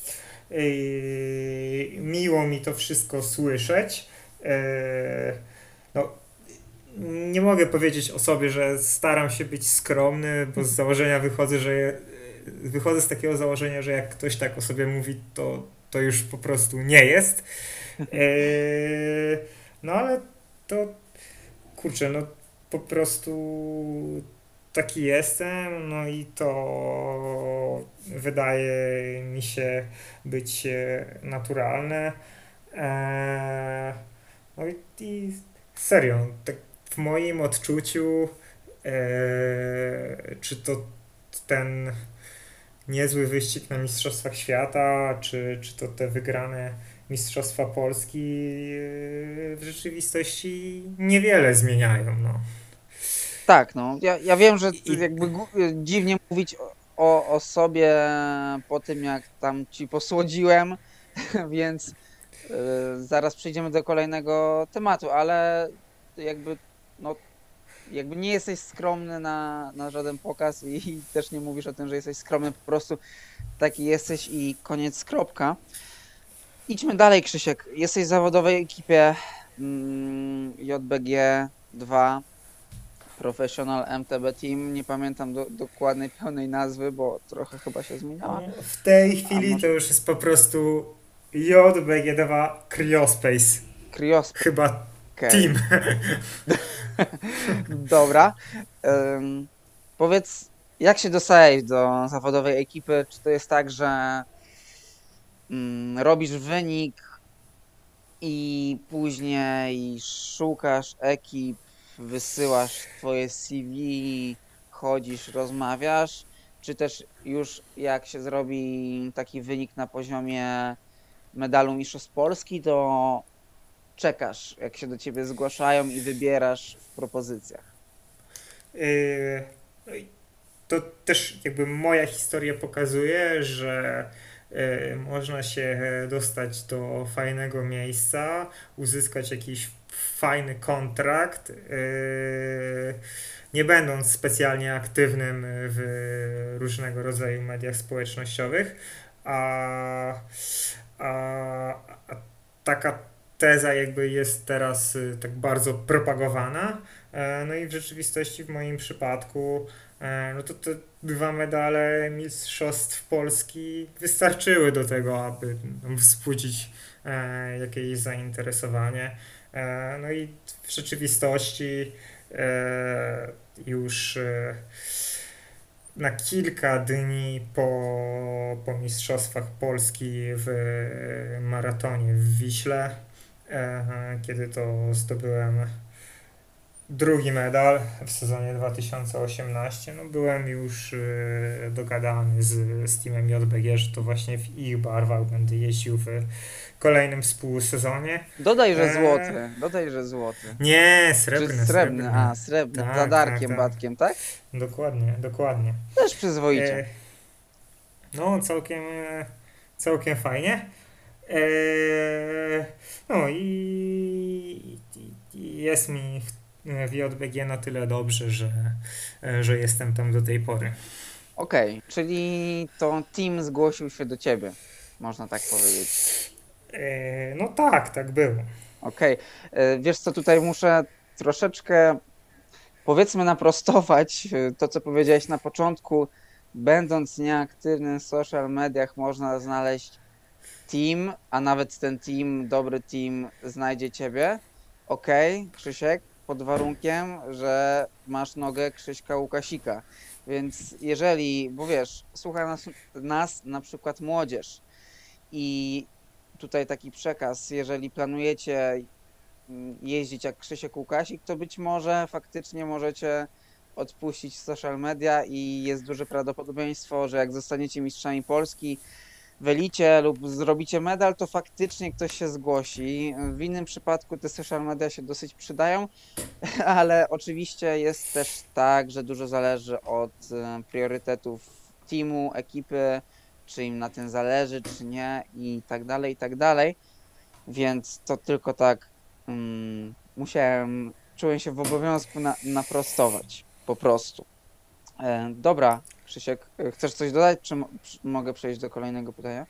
i miło mi to wszystko słyszeć. E, no, nie mogę powiedzieć o sobie, że staram się być skromny, bo z założenia wychodzę, że wychodzę z takiego założenia, że jak ktoś tak o sobie mówi, to, to już po prostu nie jest. Eee, no ale to kurczę, no po prostu taki jestem, no i to wydaje mi się być e, naturalne. Eee, no i, i serio, tak w moim odczuciu, eee, czy to ten niezły wyścig na Mistrzostwach Świata, czy, czy to te wygrane Mistrzostwa Polski yy, w rzeczywistości niewiele zmieniają. No. Tak, no. Ja, ja wiem, że ty I, jakby gu- dziwnie mówić o, o o sobie po tym, jak tam ci posłodziłem, więc y, zaraz przejdziemy do kolejnego tematu, ale jakby, no, jakby nie jesteś skromny na, na żaden pokaz i, i też nie mówisz o tym, że jesteś skromny, po prostu taki jesteś i koniec, kropka. Idźmy dalej, Krzysiek. Jesteś w zawodowej ekipie mm, J B G dwa. Professional M T B Team, nie pamiętam do, dokładnej pełnej nazwy, bo trochę chyba się zmieniała. no, w tej A chwili to może już jest po prostu J B G dwa Cryospace. Cryospace. Chyba Okej. team. Dobra. Ym, powiedz, jak się dostałeś do zawodowej ekipy? Czy to jest tak, że mm, robisz wynik i później szukasz ekip, wysyłasz twoje C V, chodzisz, rozmawiasz, czy też już jak się zrobi taki wynik na poziomie medalu Mistrzostw Polski, to czekasz, jak się do ciebie zgłaszają i wybierasz w propozycjach. Yy, no i to też jakby moja historia pokazuje, że yy, można się dostać do fajnego miejsca, uzyskać jakiś fajny kontrakt, yy, nie będąc specjalnie aktywnym w różnego rodzaju mediach społecznościowych, a, a, a taka teza jakby jest teraz y, tak bardzo propagowana. E, No i w rzeczywistości w moim przypadku e, no to te dwa medale Mistrzostw Polski wystarczyły do tego, aby no, wzbudzić e, jakieś zainteresowanie. E, No i w rzeczywistości e, już e, na kilka dni po, po Mistrzostwach Polski w maratonie w Wiśle, e, kiedy to zdobyłem drugi medal w sezonie dwa tysiące osiemnastym. No byłem już e, dogadany z, z teamem J B G, że to właśnie w ich barwach będę jeździł w kolejnym współsezonie. Dodaj, że E, złoty, dodaj, że złoty. nie, Czy srebrny, srebrny? srebrny. A, srebrny, za Tak, tak, Darkiem tak. Batkiem, tak? Dokładnie, dokładnie. Też przyzwoicie. E, no, całkiem, e, całkiem fajnie. E, no i, i jest mi w, w J B G na tyle dobrze, że, e, że jestem tam do tej pory. Okej, czyli to team zgłosił się do ciebie, można tak powiedzieć. E, no tak, tak było. Okej, e, wiesz co, tutaj muszę troszeczkę, powiedzmy, naprostować e, to, co powiedziałeś na początku. Będąc nieaktywnym w social mediach, można znaleźć team, a nawet ten team, dobry team, znajdzie ciebie. Okej, Krzysiek, pod warunkiem, że masz nogę Krzyśka Łukasika. Więc jeżeli, bo wiesz, słucha nas, nas na przykład młodzież i tutaj taki przekaz, jeżeli planujecie mm, jeździć jak Krzysiek Łukasik, to być może faktycznie możecie odpuścić social media i jest duże prawdopodobieństwo, że jak zostaniecie mistrzami Polski w elicie lub zrobicie medal, to faktycznie ktoś się zgłosi. W innym przypadku te social media się dosyć przydają, ale oczywiście jest też tak, że dużo zależy od e, priorytetów teamu, ekipy, czy im na tym zależy, czy nie i tak dalej, i tak dalej. Więc to tylko tak mm, musiałem, czułem się w obowiązku na, naprostować, po prostu. E, dobra, Krzysiek, e, chcesz coś dodać, czy, mo- czy mogę przejść do kolejnego pytania?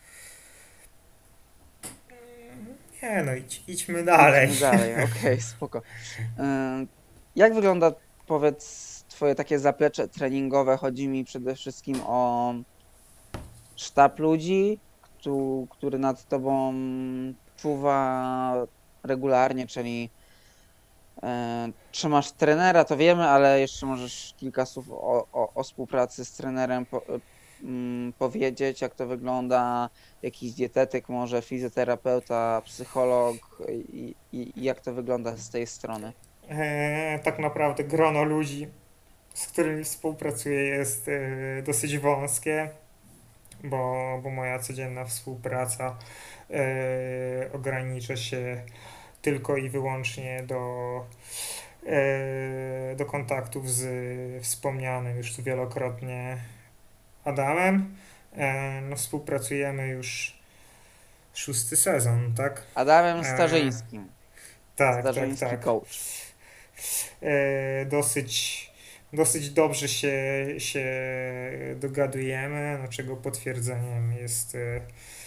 Nie no, idź, idźmy dalej. Idźmy dalej, okej, spoko. Ym, Jak wygląda, powiedz, twoje takie zaplecze treningowe? Chodzi mi przede wszystkim o sztab ludzi, któ- który nad tobą czuwa regularnie, czyli e, czy masz trenera, to wiemy, ale jeszcze możesz kilka słów o, o, o współpracy z trenerem po, e, mm, powiedzieć, jak to wygląda, jakiś dietetyk, może fizjoterapeuta, psycholog i, i, i jak to wygląda z tej strony. E, tak naprawdę grono ludzi, z którymi współpracuję, jest e, dosyć wąskie. bo, bo moja codzienna współpraca e, ogranicza się tylko i wyłącznie do, e, do kontaktów z wspomnianym już tu wielokrotnie Adamem. E, no, współpracujemy już szósty sezon, tak? Adamem E, Starzyńskim. tak, tak, Starzyński tak. coach. E, dosyć, dosyć dobrze się, się dogadujemy, no, czego potwierdzeniem jest e,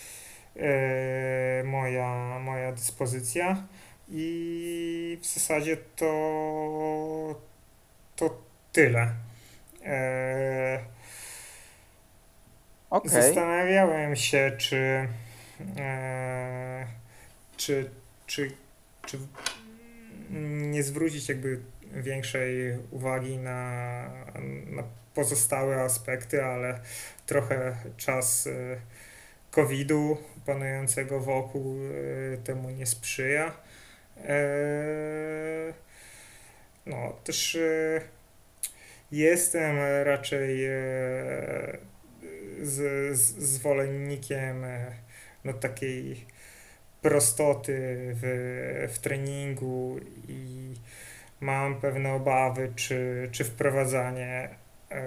e, moja, moja dyspozycja i w zasadzie to, to tyle. E, Okej. Zastanawiałem się, czy, e, czy, czy, czy nie zwrócić jakby większej uwagi na, na pozostałe aspekty, ale trochę czas e, kowida panującego wokół e, temu nie sprzyja. E, No, też e, jestem raczej e, z, z, zwolennikiem e, no, takiej prostoty w, w treningu i mam pewne obawy, czy, czy wprowadzanie e,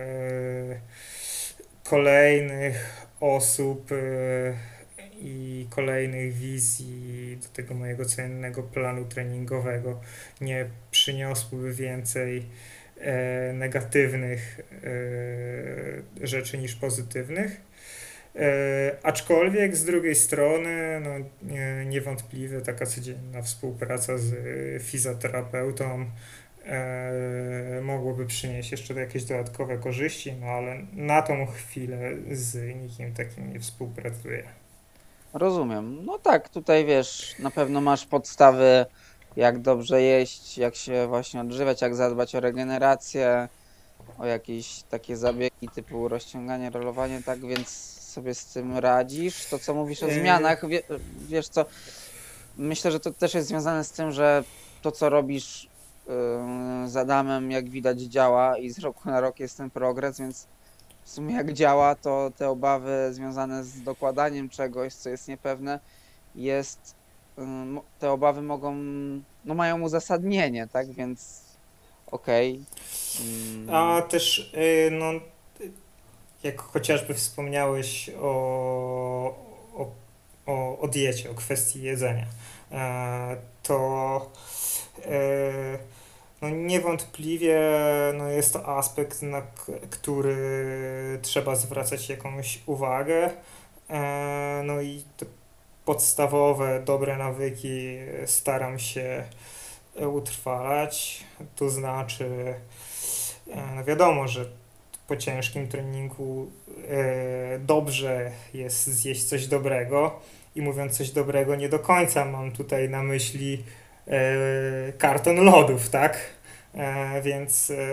kolejnych osób e, i kolejnych wizji do tego mojego cennego planu treningowego nie przyniosłyby więcej e, negatywnych e, rzeczy niż pozytywnych. E, aczkolwiek z drugiej strony, no, nie, niewątpliwie taka codzienna współpraca z fizjoterapeutą e, mogłoby przynieść jeszcze jakieś dodatkowe korzyści, no ale na tą chwilę z nikim takim nie współpracuję. Rozumiem. No tak, tutaj wiesz, na pewno masz podstawy, jak dobrze jeść, jak się właśnie odżywiać, jak zadbać o regenerację, o jakieś takie zabiegi typu rozciąganie, rolowanie, tak więc sobie z tym radzisz. To, co mówisz o E, zmianach, wie, wiesz co, myślę, że to też jest związane z tym, że to, co robisz yy, z Adamem, jak widać, działa i z roku na rok jest ten progres, więc w sumie jak działa, to te obawy związane z dokładaniem czegoś, co jest niepewne, jest, ym, te obawy mogą, no mają uzasadnienie, tak? Więc okej. Mm, a też, e, no, jak chociażby wspomniałeś o, o, o, o diecie, o kwestii jedzenia, e, to e, no niewątpliwie no jest to aspekt, na k- który trzeba zwracać jakąś uwagę. E, No i te podstawowe, dobre nawyki staram się utrwalać. To znaczy, e, no wiadomo, że po ciężkim treningu e, dobrze jest zjeść coś dobrego. I mówiąc coś dobrego, nie do końca mam tutaj na myśli e, karton lodów, tak? E, więc, e,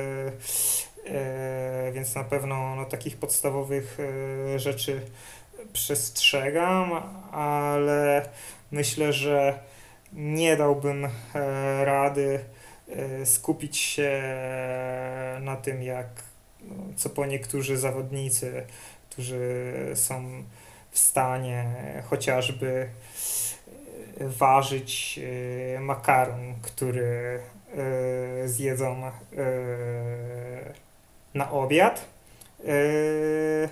e, więc na pewno no, takich podstawowych e, rzeczy przestrzegam, ale myślę, że nie dałbym e, rady e, skupić się na tym, jak no, co po niektórzy zawodnicy, którzy są w stanie chociażby ważyć e, makaron, który e, zjedzą e, na obiad. E,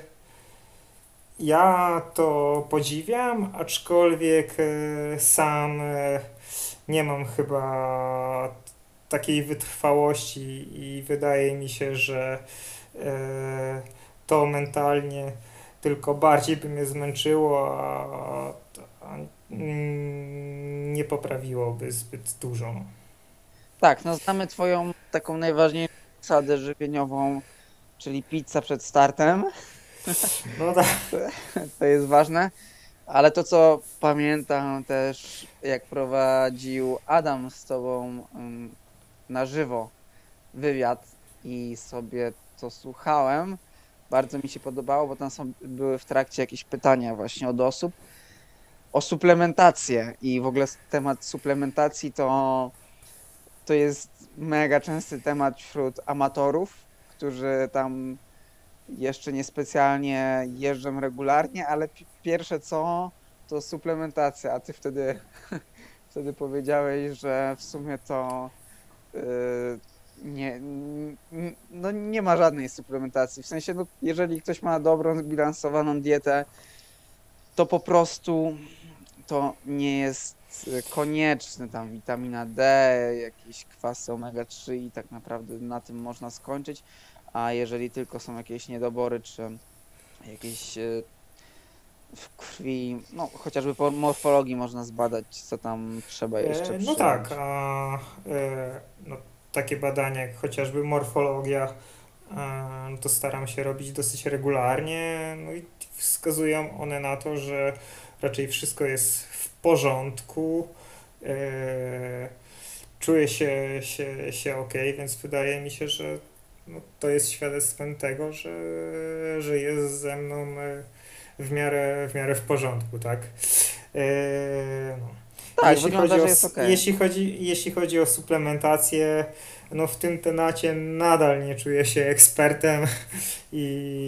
Ja to podziwiam, aczkolwiek e, sam e, nie mam chyba takiej wytrwałości i wydaje mi się, że e, to mentalnie tylko bardziej by mnie zmęczyło, a, a mm, nie poprawiłoby zbyt dużo. tak, no znamy twoją taką najważniejszą zasadę żywieniową, czyli pizza przed startem. No tak. To, to jest ważne. Ale to, co pamiętam też, jak prowadził Adam z tobą ym, na żywo wywiad i sobie to słuchałem, bardzo mi się podobało, bo tam są, były w trakcie jakieś pytania właśnie od osób o suplementację i w ogóle temat suplementacji to, to jest mega częsty temat wśród amatorów, którzy tam jeszcze niespecjalnie jeżdżę regularnie, ale pi- pierwsze co, to suplementacja, a ty wtedy, wtedy powiedziałeś, że w sumie to yy, nie, n- n- no nie ma żadnej suplementacji. W sensie, no, jeżeli ktoś ma dobrą, zbilansowaną dietę, to po prostu to nie jest y, konieczne, tam witamina D, jakieś kwasy omega trzy i tak naprawdę na tym można skończyć, a jeżeli tylko są jakieś niedobory czy jakieś y, w krwi, no chociażby po morfologii można zbadać, co tam trzeba jeszcze E, No tak, przyjąć. a e, no, takie badania jak chociażby morfologia, e, no to staram się robić dosyć regularnie, no i wskazują one na to, że raczej wszystko jest w porządku, e, czuję się, się, się ok, więc wydaje mi się, że no, to jest świadectwem tego, że, że jest ze mną e, w miarę, w miarę w porządku, tak? E, no. Tak, Jeśli wygląda, chodzi o, że jest s- ok. jeśli chodzi, jeśli chodzi o suplementację, no w tym temacie nadal nie czuję się ekspertem i,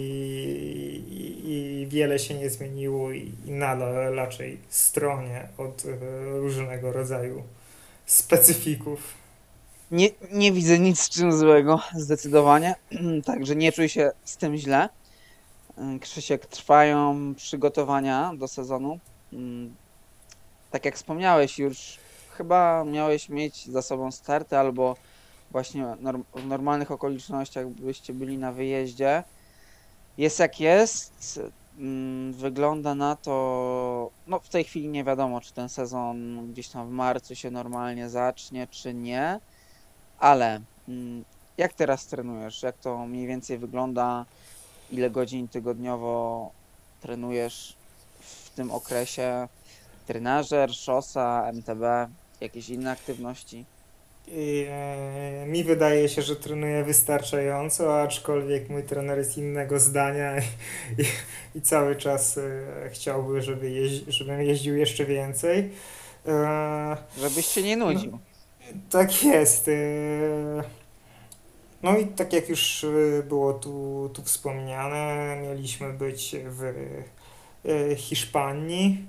i, i wiele się nie zmieniło i, i nadal raczej stronię od e, różnego rodzaju specyfików. Nie, nie widzę nic z czym złego, zdecydowanie, także nie czuj się z tym źle. Y, Krzysiek, trwają przygotowania do sezonu. Mm, Tak jak wspomniałeś już, chyba miałeś mieć za sobą starty albo właśnie norm w normalnych okolicznościach byście byli na wyjeździe. Jest jak jest. Mm, Wygląda na to, no w tej chwili nie wiadomo, czy ten sezon gdzieś tam w marcu się normalnie zacznie, czy nie, ale mm, jak teraz trenujesz? Jak to mniej więcej wygląda? Ile godzin tygodniowo trenujesz w tym okresie? Trenażer, szosa, M T B, jakieś inne aktywności? I, e, mi wydaje się, że trenuję wystarczająco, aczkolwiek mój trener jest innego zdania i, i, i cały czas e, chciałby, żeby jeździ, żebym jeździł jeszcze więcej. E, Żebyś się nie no, nudził. tak jest. E, no i tak jak już e, było tu, tu wspomniane, mieliśmy być w e, Hiszpanii.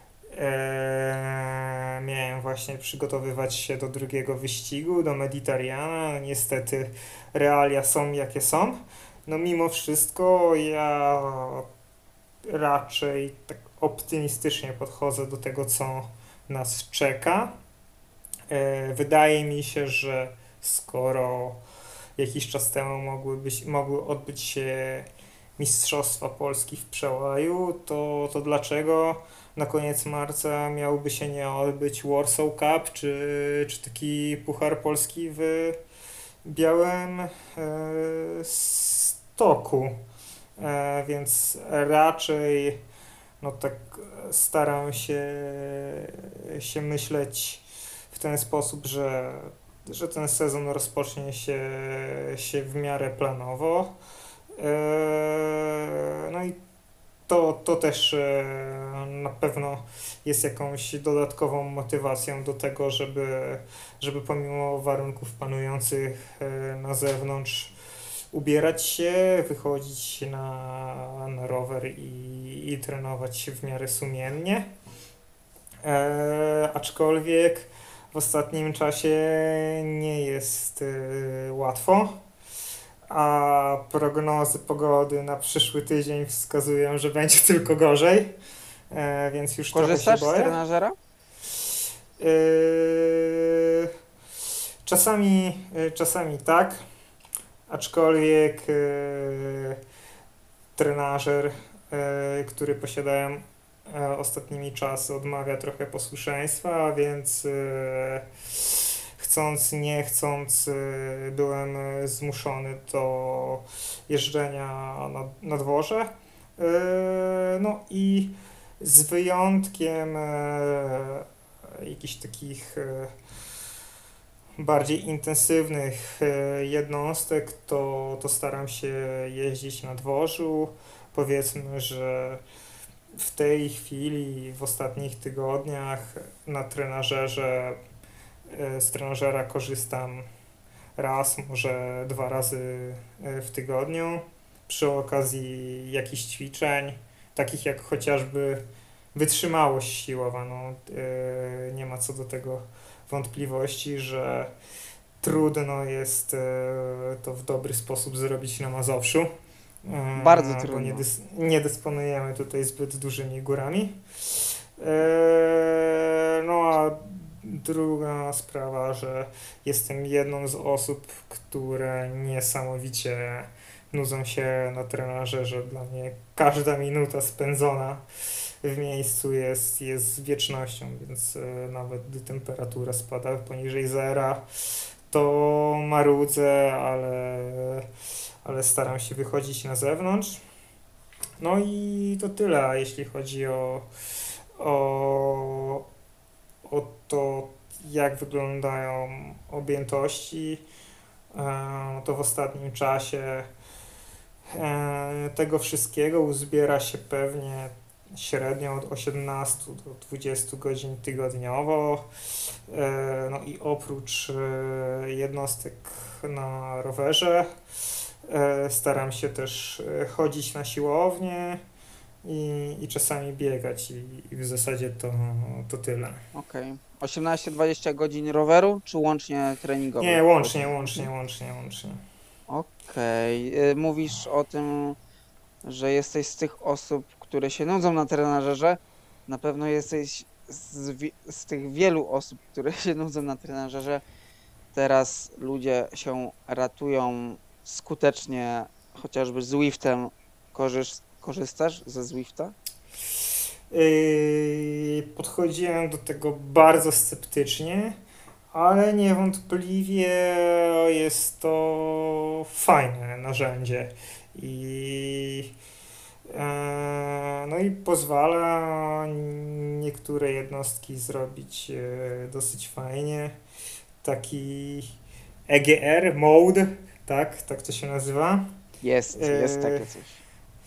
E, miałem właśnie przygotowywać się do drugiego wyścigu, do Mediterrana. Niestety realia są jakie są. No mimo wszystko ja raczej tak optymistycznie podchodzę do tego, co nas czeka. E, wydaje mi się, że skoro jakiś czas temu mogły, być, mogły odbyć się Mistrzostwa Polski w Przełaju, to, to dlaczego na koniec marca miałby się nie odbyć Warsaw Cup czy, czy taki Puchar Polski w Białym e, Stoku? E, więc raczej no tak staram się, się myśleć w ten sposób, że, że ten sezon rozpocznie się, się w miarę planowo. Eee, No i to, to też e, na pewno jest jakąś dodatkową motywacją do tego, żeby, żeby pomimo warunków panujących e, na zewnątrz ubierać się, wychodzić na, na rower i, i trenować się w miarę sumiennie. E, aczkolwiek w ostatnim czasie nie jest e, łatwo, a prognozy pogody na przyszły tydzień wskazują, że będzie tylko gorzej, e, więc już trochę się Korzystasz z boję. trenażera? E, czasami, e, czasami tak, aczkolwiek e, trenażer, e, który posiadałem e, ostatnimi czasy, odmawia trochę posłuszeństwa, więc e, chcąc, nie chcąc, e, byłem e, zmuszony do jeżdżenia na, na dworze. E, No i z wyjątkiem e, jakichś takich e, bardziej intensywnych e, jednostek, to, to staram się jeździć na dworzu. Powiedzmy, że w tej chwili, w ostatnich tygodniach na trenażerze, e, z trenażera korzystam raz, może dwa razy e, w tygodniu. przy okazji jakichś ćwiczeń, takich jak chociażby wytrzymałość siłowa. No, yy, nie ma co do tego wątpliwości, że trudno jest yy, to w dobry sposób zrobić na Mazowszu, yy, Bardzo bo nie, trudno. dys- nie dysponujemy tutaj zbyt dużymi górami. Yy, no a druga sprawa, że jestem jedną z osób, które niesamowicie nudzą się na trenażerze. Dla mnie każda minuta spędzona w miejscu jest, jest wiecznością, więc e, nawet gdy temperatura spada poniżej zera, to marudzę, ale, ale staram się wychodzić na zewnątrz. No i to tyle, a jeśli chodzi o, o, o to, jak wyglądają objętości, e, to w ostatnim czasie e, tego wszystkiego uzbiera się pewnie średnio od osiemnastu do dwudziestu godzin tygodniowo. E, No i oprócz e, jednostek na rowerze e, staram się też e, chodzić na siłownię i, i czasami biegać i, i w zasadzie to, to tyle. Okej. osiemnaście dwadzieścia godzin roweru, czy łącznie Nie, treningowych łącznie, godzin? łącznie, łącznie, łącznie. Okej. Y, Mówisz o tym, że jesteś z tych osób, które się nudzą na trenażerze. Na pewno jesteś z, wi- z tych wielu osób, które się nudzą na trenażerze. Teraz ludzie się ratują skutecznie, chociażby z Zwiftem. Korzysz, korzystasz ze Zwifta? Yy, podchodziłem do tego bardzo sceptycznie, ale niewątpliwie jest to fajne narzędzie i e, no i pozwala niektóre jednostki zrobić e, dosyć fajnie. Taki E G R mode, tak, tak to się nazywa. Jest, jest E, takie coś.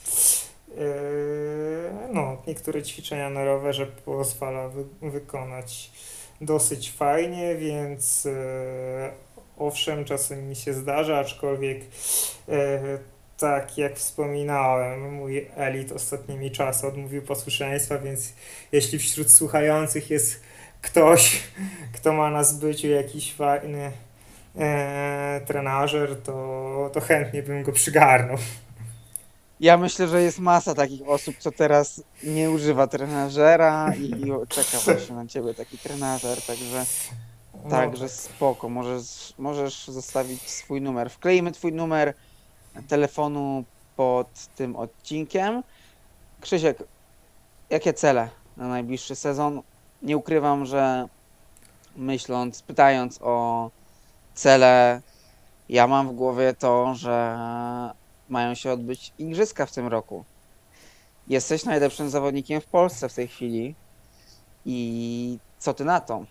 Yy, No, niektóre ćwiczenia na rowerze pozwala wy wykonać dosyć fajnie, więc yy, owszem, czasem mi się zdarza, aczkolwiek yy, tak jak wspominałem, mój elit ostatnimi czasy odmówił posłuszeństwa, więc jeśli wśród słuchających jest ktoś, kto ma na zbyciu jakiś fajny yy, trenażer, to, to chętnie bym go przygarnął. Ja myślę, że jest masa takich osób, co teraz nie używa trenażera i czeka właśnie na ciebie taki trenażer, także, No także tak. spoko, możesz, możesz zostawić swój numer. Wkleimy twój numer telefonu pod tym odcinkiem. Krzysiek, jakie cele na najbliższy sezon? Nie ukrywam, że myśląc, pytając o cele, ja mam w głowie to, że mają się odbyć igrzyska w tym roku. Jesteś najlepszym zawodnikiem w Polsce w tej chwili i co ty na to?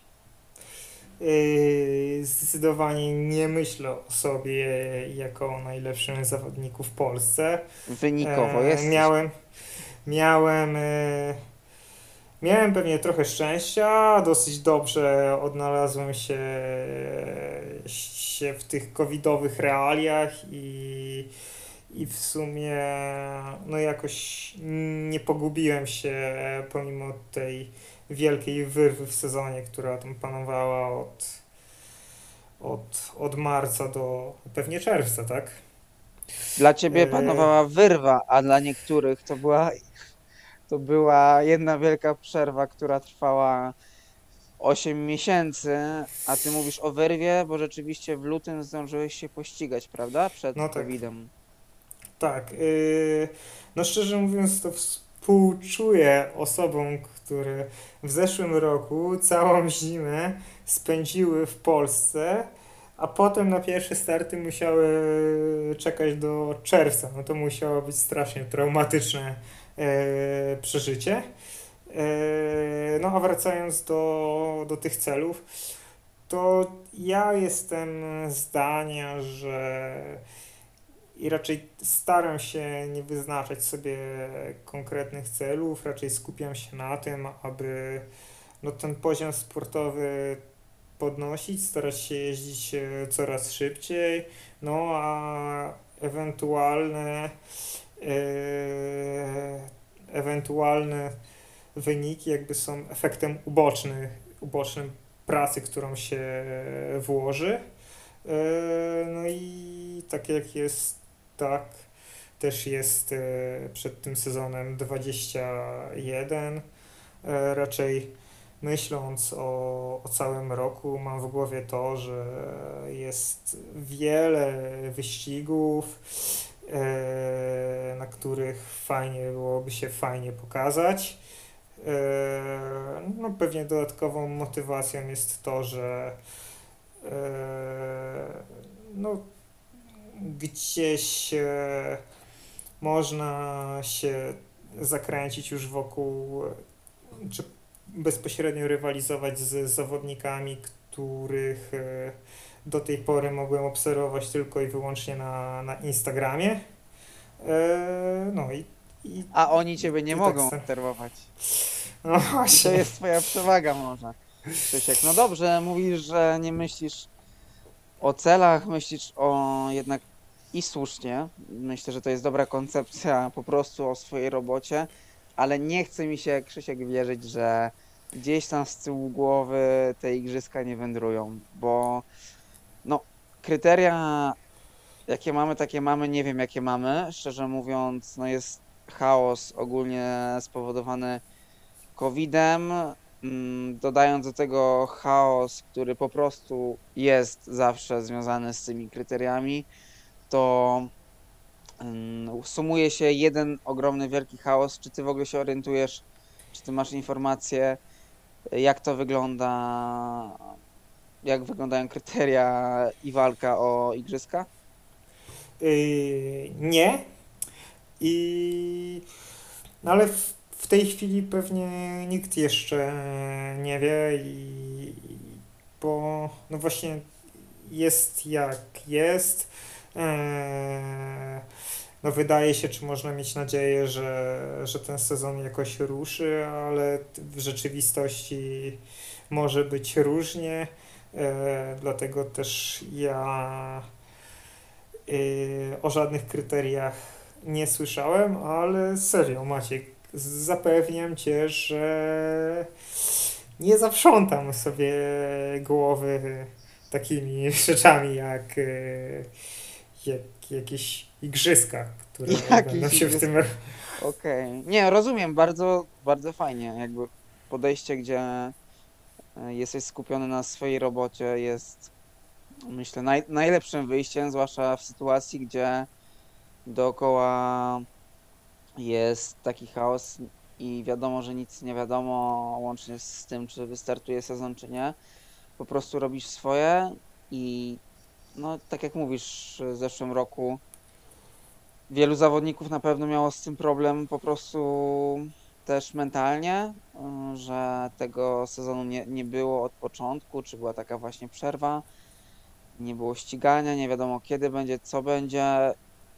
Yy, Zdecydowanie nie myślę o sobie jako o najlepszym zawodniku w Polsce. Wynikowo E, jesteś. miałem, miałem, e, miałem pewnie trochę szczęścia, dosyć dobrze odnalazłem się, się w tych covidowych realiach i, i w sumie no jakoś nie pogubiłem się pomimo tej wielkiej wyrwy w sezonie, która tam panowała od od, od marca do pewnie czerwca, tak? Dla ciebie Yy, panowała wyrwa, a dla niektórych to była, to była jedna wielka przerwa, która trwała osiem miesięcy, a ty mówisz o wyrwie, bo rzeczywiście w lutym zdążyłeś się pościgać, prawda? Przed no tak, kowidem. tak. Yy, no szczerze mówiąc, to współczuję osobom, które w zeszłym roku całą zimę spędziły w Polsce, a potem na pierwsze starty musiały czekać do czerwca. No to musiało być strasznie traumatyczne yy, przeżycie. Yy, no a wracając do, do tych celów, to ja jestem zdania, że i raczej staram się nie wyznaczać sobie konkretnych celów, raczej skupiam się na tym, aby no, ten poziom sportowy podnosić, starać się jeździć e, coraz szybciej, no a ewentualne e, ewentualne wyniki jakby są efektem ubocznym, ubocznym pracy, którą się włoży. E, No i tak jak jest, tak też jest e, przed tym sezonem dwadzieścia jeden. E, Raczej myśląc o, o całym roku, mam w głowie to, że jest wiele wyścigów, e, na których fajnie byłoby się fajnie pokazać. E, No pewnie dodatkową motywacją jest to, że e, no gdzieś e, można się zakręcić już wokół, czy bezpośrednio rywalizować z zawodnikami, których e, do tej pory mogłem obserwować tylko i wyłącznie na, na Instagramie. E, No i, i, A oni ciebie nie i tak mogą se, obserwować. no I to właśnie. jest twoja przewaga może, Krzysiek. No dobrze, mówisz, że nie myślisz o celach, myślisz o jednak i słusznie. Myślę, że to jest dobra koncepcja po prostu o swojej robocie, ale nie chce mi się, Krzysiek, wierzyć, że gdzieś tam z tyłu głowy te igrzyska nie wędrują, bo no, kryteria jakie mamy, takie mamy, nie wiem jakie mamy. Szczerze mówiąc, no jest chaos ogólnie spowodowany kowidem. Mm, Dodając do tego chaos, który po prostu jest zawsze związany z tymi kryteriami, to mm, sumuje się jeden ogromny, wielki chaos. Czy ty w ogóle się orientujesz, czy ty masz informacje, jak to wygląda, jak wyglądają kryteria i walka o igrzyska? Yy, nie. I, no ale w, w tej chwili pewnie nikt jeszcze nie wie, i, bo no właśnie jest jak jest. Eee, no wydaje się, czy można mieć nadzieję, że, że ten sezon jakoś ruszy, ale w rzeczywistości może być różnie. Eee, dlatego też ja yy, o żadnych kryteriach nie słyszałem, ale serio, Maciek, zapewniam cię, że nie zaprzątam sobie głowy takimi rzeczami jak, yy, jak jakieś igrzyska, które odbędą Jakiś się w tym igrzyska. roku. Okej. Nie, rozumiem, bardzo, bardzo fajnie. Jakby podejście, gdzie e, jesteś skupiony na swojej robocie jest, myślę, naj, najlepszym wyjściem, zwłaszcza w sytuacji, gdzie dookoła jest taki chaos i wiadomo, że nic nie wiadomo, łącznie z tym, czy wystartuje sezon, czy nie. Po prostu robisz swoje i no, tak jak mówisz, w zeszłym roku wielu zawodników na pewno miało z tym problem po prostu też mentalnie, y, że tego sezonu nie, nie było od początku, czy była taka właśnie przerwa, nie było ścigania, nie wiadomo kiedy będzie, co będzie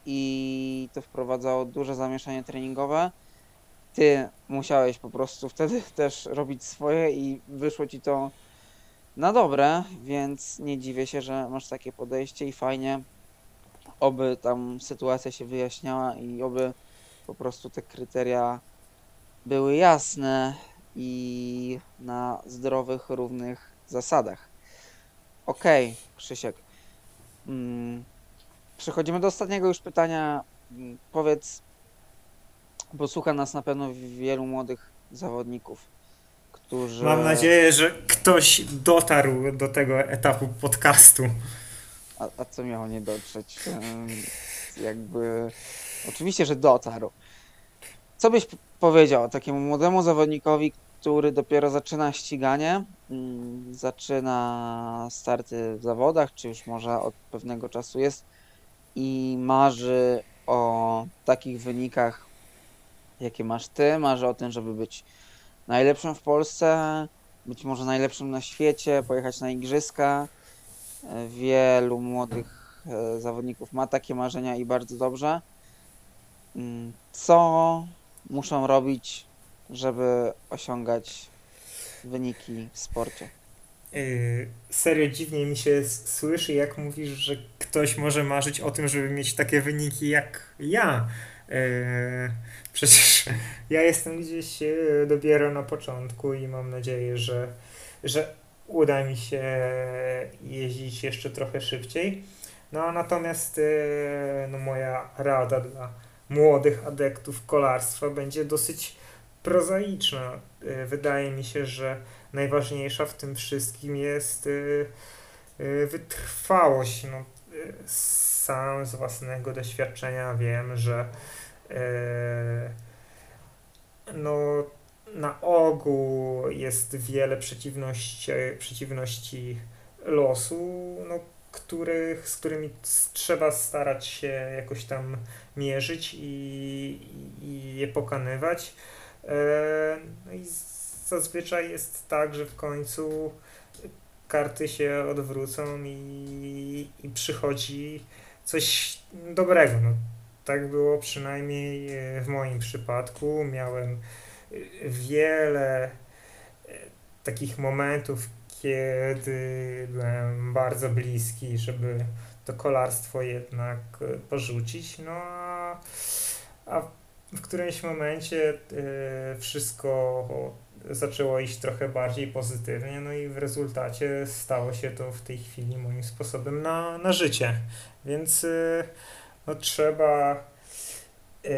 i to wprowadzało duże zamieszanie treningowe. Ty musiałeś po prostu wtedy też robić swoje i wyszło ci to na dobre, więc nie dziwię się, że masz takie podejście i fajnie, oby tam sytuacja się wyjaśniała i oby po prostu te kryteria były jasne i na zdrowych, równych zasadach. Okej, Krzysiek. Mm, Przechodzimy do ostatniego już pytania. Mm, Powiedz, bo słucha nas na pewno wielu młodych zawodników, Mam którzy. nadzieję, że ktoś dotarł do tego etapu podcastu. A, a co miało nie dotrzeć? Ym, Jakby. Oczywiście, że dotarł. Co byś p- powiedział takiemu młodemu zawodnikowi, który dopiero zaczyna ściganie, mm, zaczyna starty w zawodach, czy już może od pewnego czasu jest i marzy o takich wynikach, jakie masz ty, marzy o tym, żeby być najlepszym w Polsce, być może najlepszym na świecie, pojechać na igrzyska. E, Wielu młodych e, zawodników ma takie marzenia i bardzo dobrze. Mm, Co muszą robić, żeby osiągać wyniki w sporcie? Yy, serio dziwnie mi się s- słyszy, jak mówisz, że ktoś może marzyć o tym, żeby mieć takie wyniki jak ja. Yy, przecież ja jestem gdzieś yy, dopiero na początku i mam nadzieję, że, że uda mi się jeździć jeszcze trochę szybciej. No natomiast yy, no, moja rada dla młodych adektów kolarstwa będzie dosyć prozaiczna. Yy, wydaje mi się, że najważniejsza w tym wszystkim jest y, y, wytrwałość. No, y, sam z własnego doświadczenia wiem, że y, no, na ogół jest wiele przeciwności, przeciwności losu, no, których, z którymi trzeba starać się jakoś tam mierzyć i, i, i je pokonywać. E, No i zazwyczaj jest tak, że w końcu karty się odwrócą i, i przychodzi coś dobrego. No, tak było przynajmniej e, w moim przypadku. Miałem e, wiele e, takich momentów, kiedy byłem bardzo bliski, żeby to kolarstwo jednak e, porzucić. No a, a w którymś momencie e, wszystko zaczęło iść trochę bardziej pozytywnie, no i w rezultacie stało się to w tej chwili moim sposobem na, na życie. Więc e, no, trzeba e,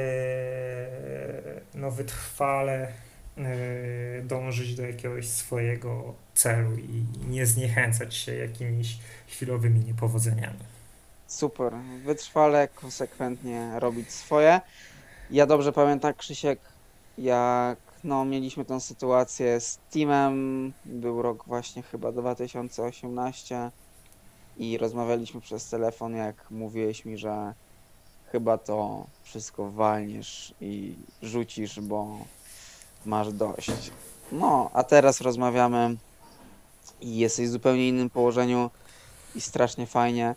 no, wytrwale e, dążyć do jakiegoś swojego celu i nie zniechęcać się jakimiś chwilowymi niepowodzeniami. Super. Wytrwale, konsekwentnie robić swoje. Ja dobrze pamiętam, Krzysiek, jak no, mieliśmy tą sytuację z teamem, był rok właśnie chyba dwa tysiące osiemnasty i rozmawialiśmy przez telefon, jak mówiłeś mi, że chyba to wszystko walniesz i rzucisz, bo masz dość. No, a teraz rozmawiamy i jesteś w zupełnie innym położeniu i strasznie fajnie.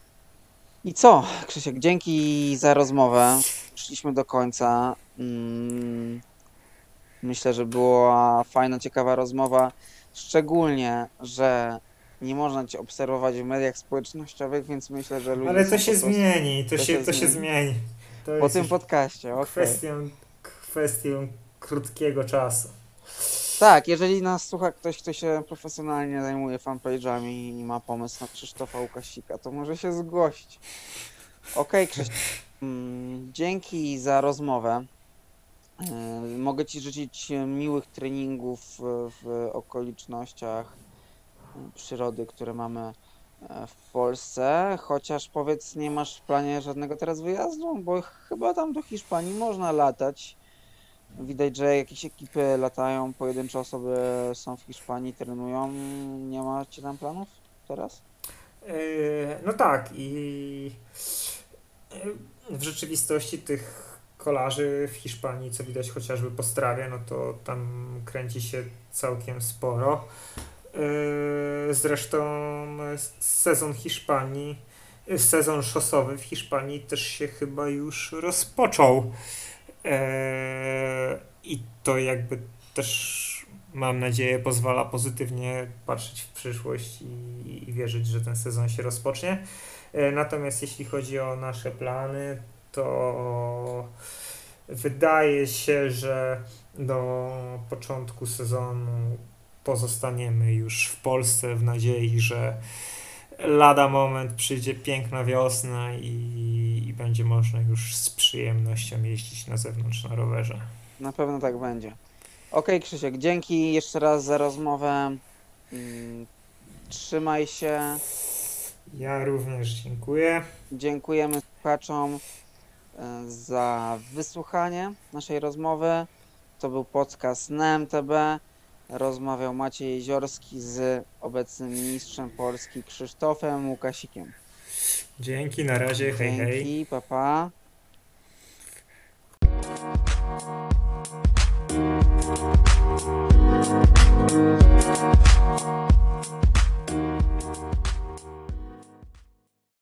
I co, Krzysiek, dzięki za rozmowę. Szliśmy do końca. Mm, Myślę, że była fajna, ciekawa rozmowa. Szczególnie, że nie można cię obserwować w mediach społecznościowych, więc myślę, że ludzie Ale to są po się prostu. zmieni, to To się, się to się zmieni. zmieni. To Po jest tym już podcaście, okej. kwestią, kwestią krótkiego czasu. Tak, jeżeli nas słucha ktoś, kto się profesjonalnie zajmuje fanpage'ami i ma pomysł na Krzysztofa Łukasika, to może się zgłosić. Okej, Krzysztof. Mm, Dzięki za rozmowę. Yy, Mogę Ci życzyć e, miłych treningów e, w okolicznościach e, przyrody, które mamy e, w Polsce. Chociaż powiedz, nie masz w planie żadnego teraz wyjazdu? Bo chyba tam do Hiszpanii można latać. Widać, że jakieś ekipy latają, pojedyncze osoby są w Hiszpanii, trenują. Nie macie tam planów teraz? Yy, no tak i yy, w rzeczywistości tych kolarzy w Hiszpanii, co widać chociażby po Strawie, no to tam kręci się całkiem sporo. Yy, Zresztą sezon Hiszpanii, yy, sezon szosowy w Hiszpanii też się chyba już rozpoczął. Yy, I to jakby też mam nadzieję pozwala pozytywnie patrzeć w przyszłość i, i wierzyć, że ten sezon się rozpocznie. Yy, Natomiast jeśli chodzi o nasze plany, to wydaje się, że do początku sezonu pozostaniemy już w Polsce w nadziei, że lada moment przyjdzie piękna wiosna i, i będzie można już z przyjemnością jeździć na zewnątrz na rowerze. Na pewno tak będzie. Okej, Krzysiek, dzięki jeszcze raz za rozmowę. Mm, Trzymaj się. Ja również dziękuję. Dziękujemy słuchaczom e, za wysłuchanie naszej rozmowy. To był podcast na M T B. Rozmawiał Maciej Jeziorski z obecnym mistrzem Polski Krzysztofem Łukasikiem. Dzięki, na razie, hej hej. Dzięki, pa pa.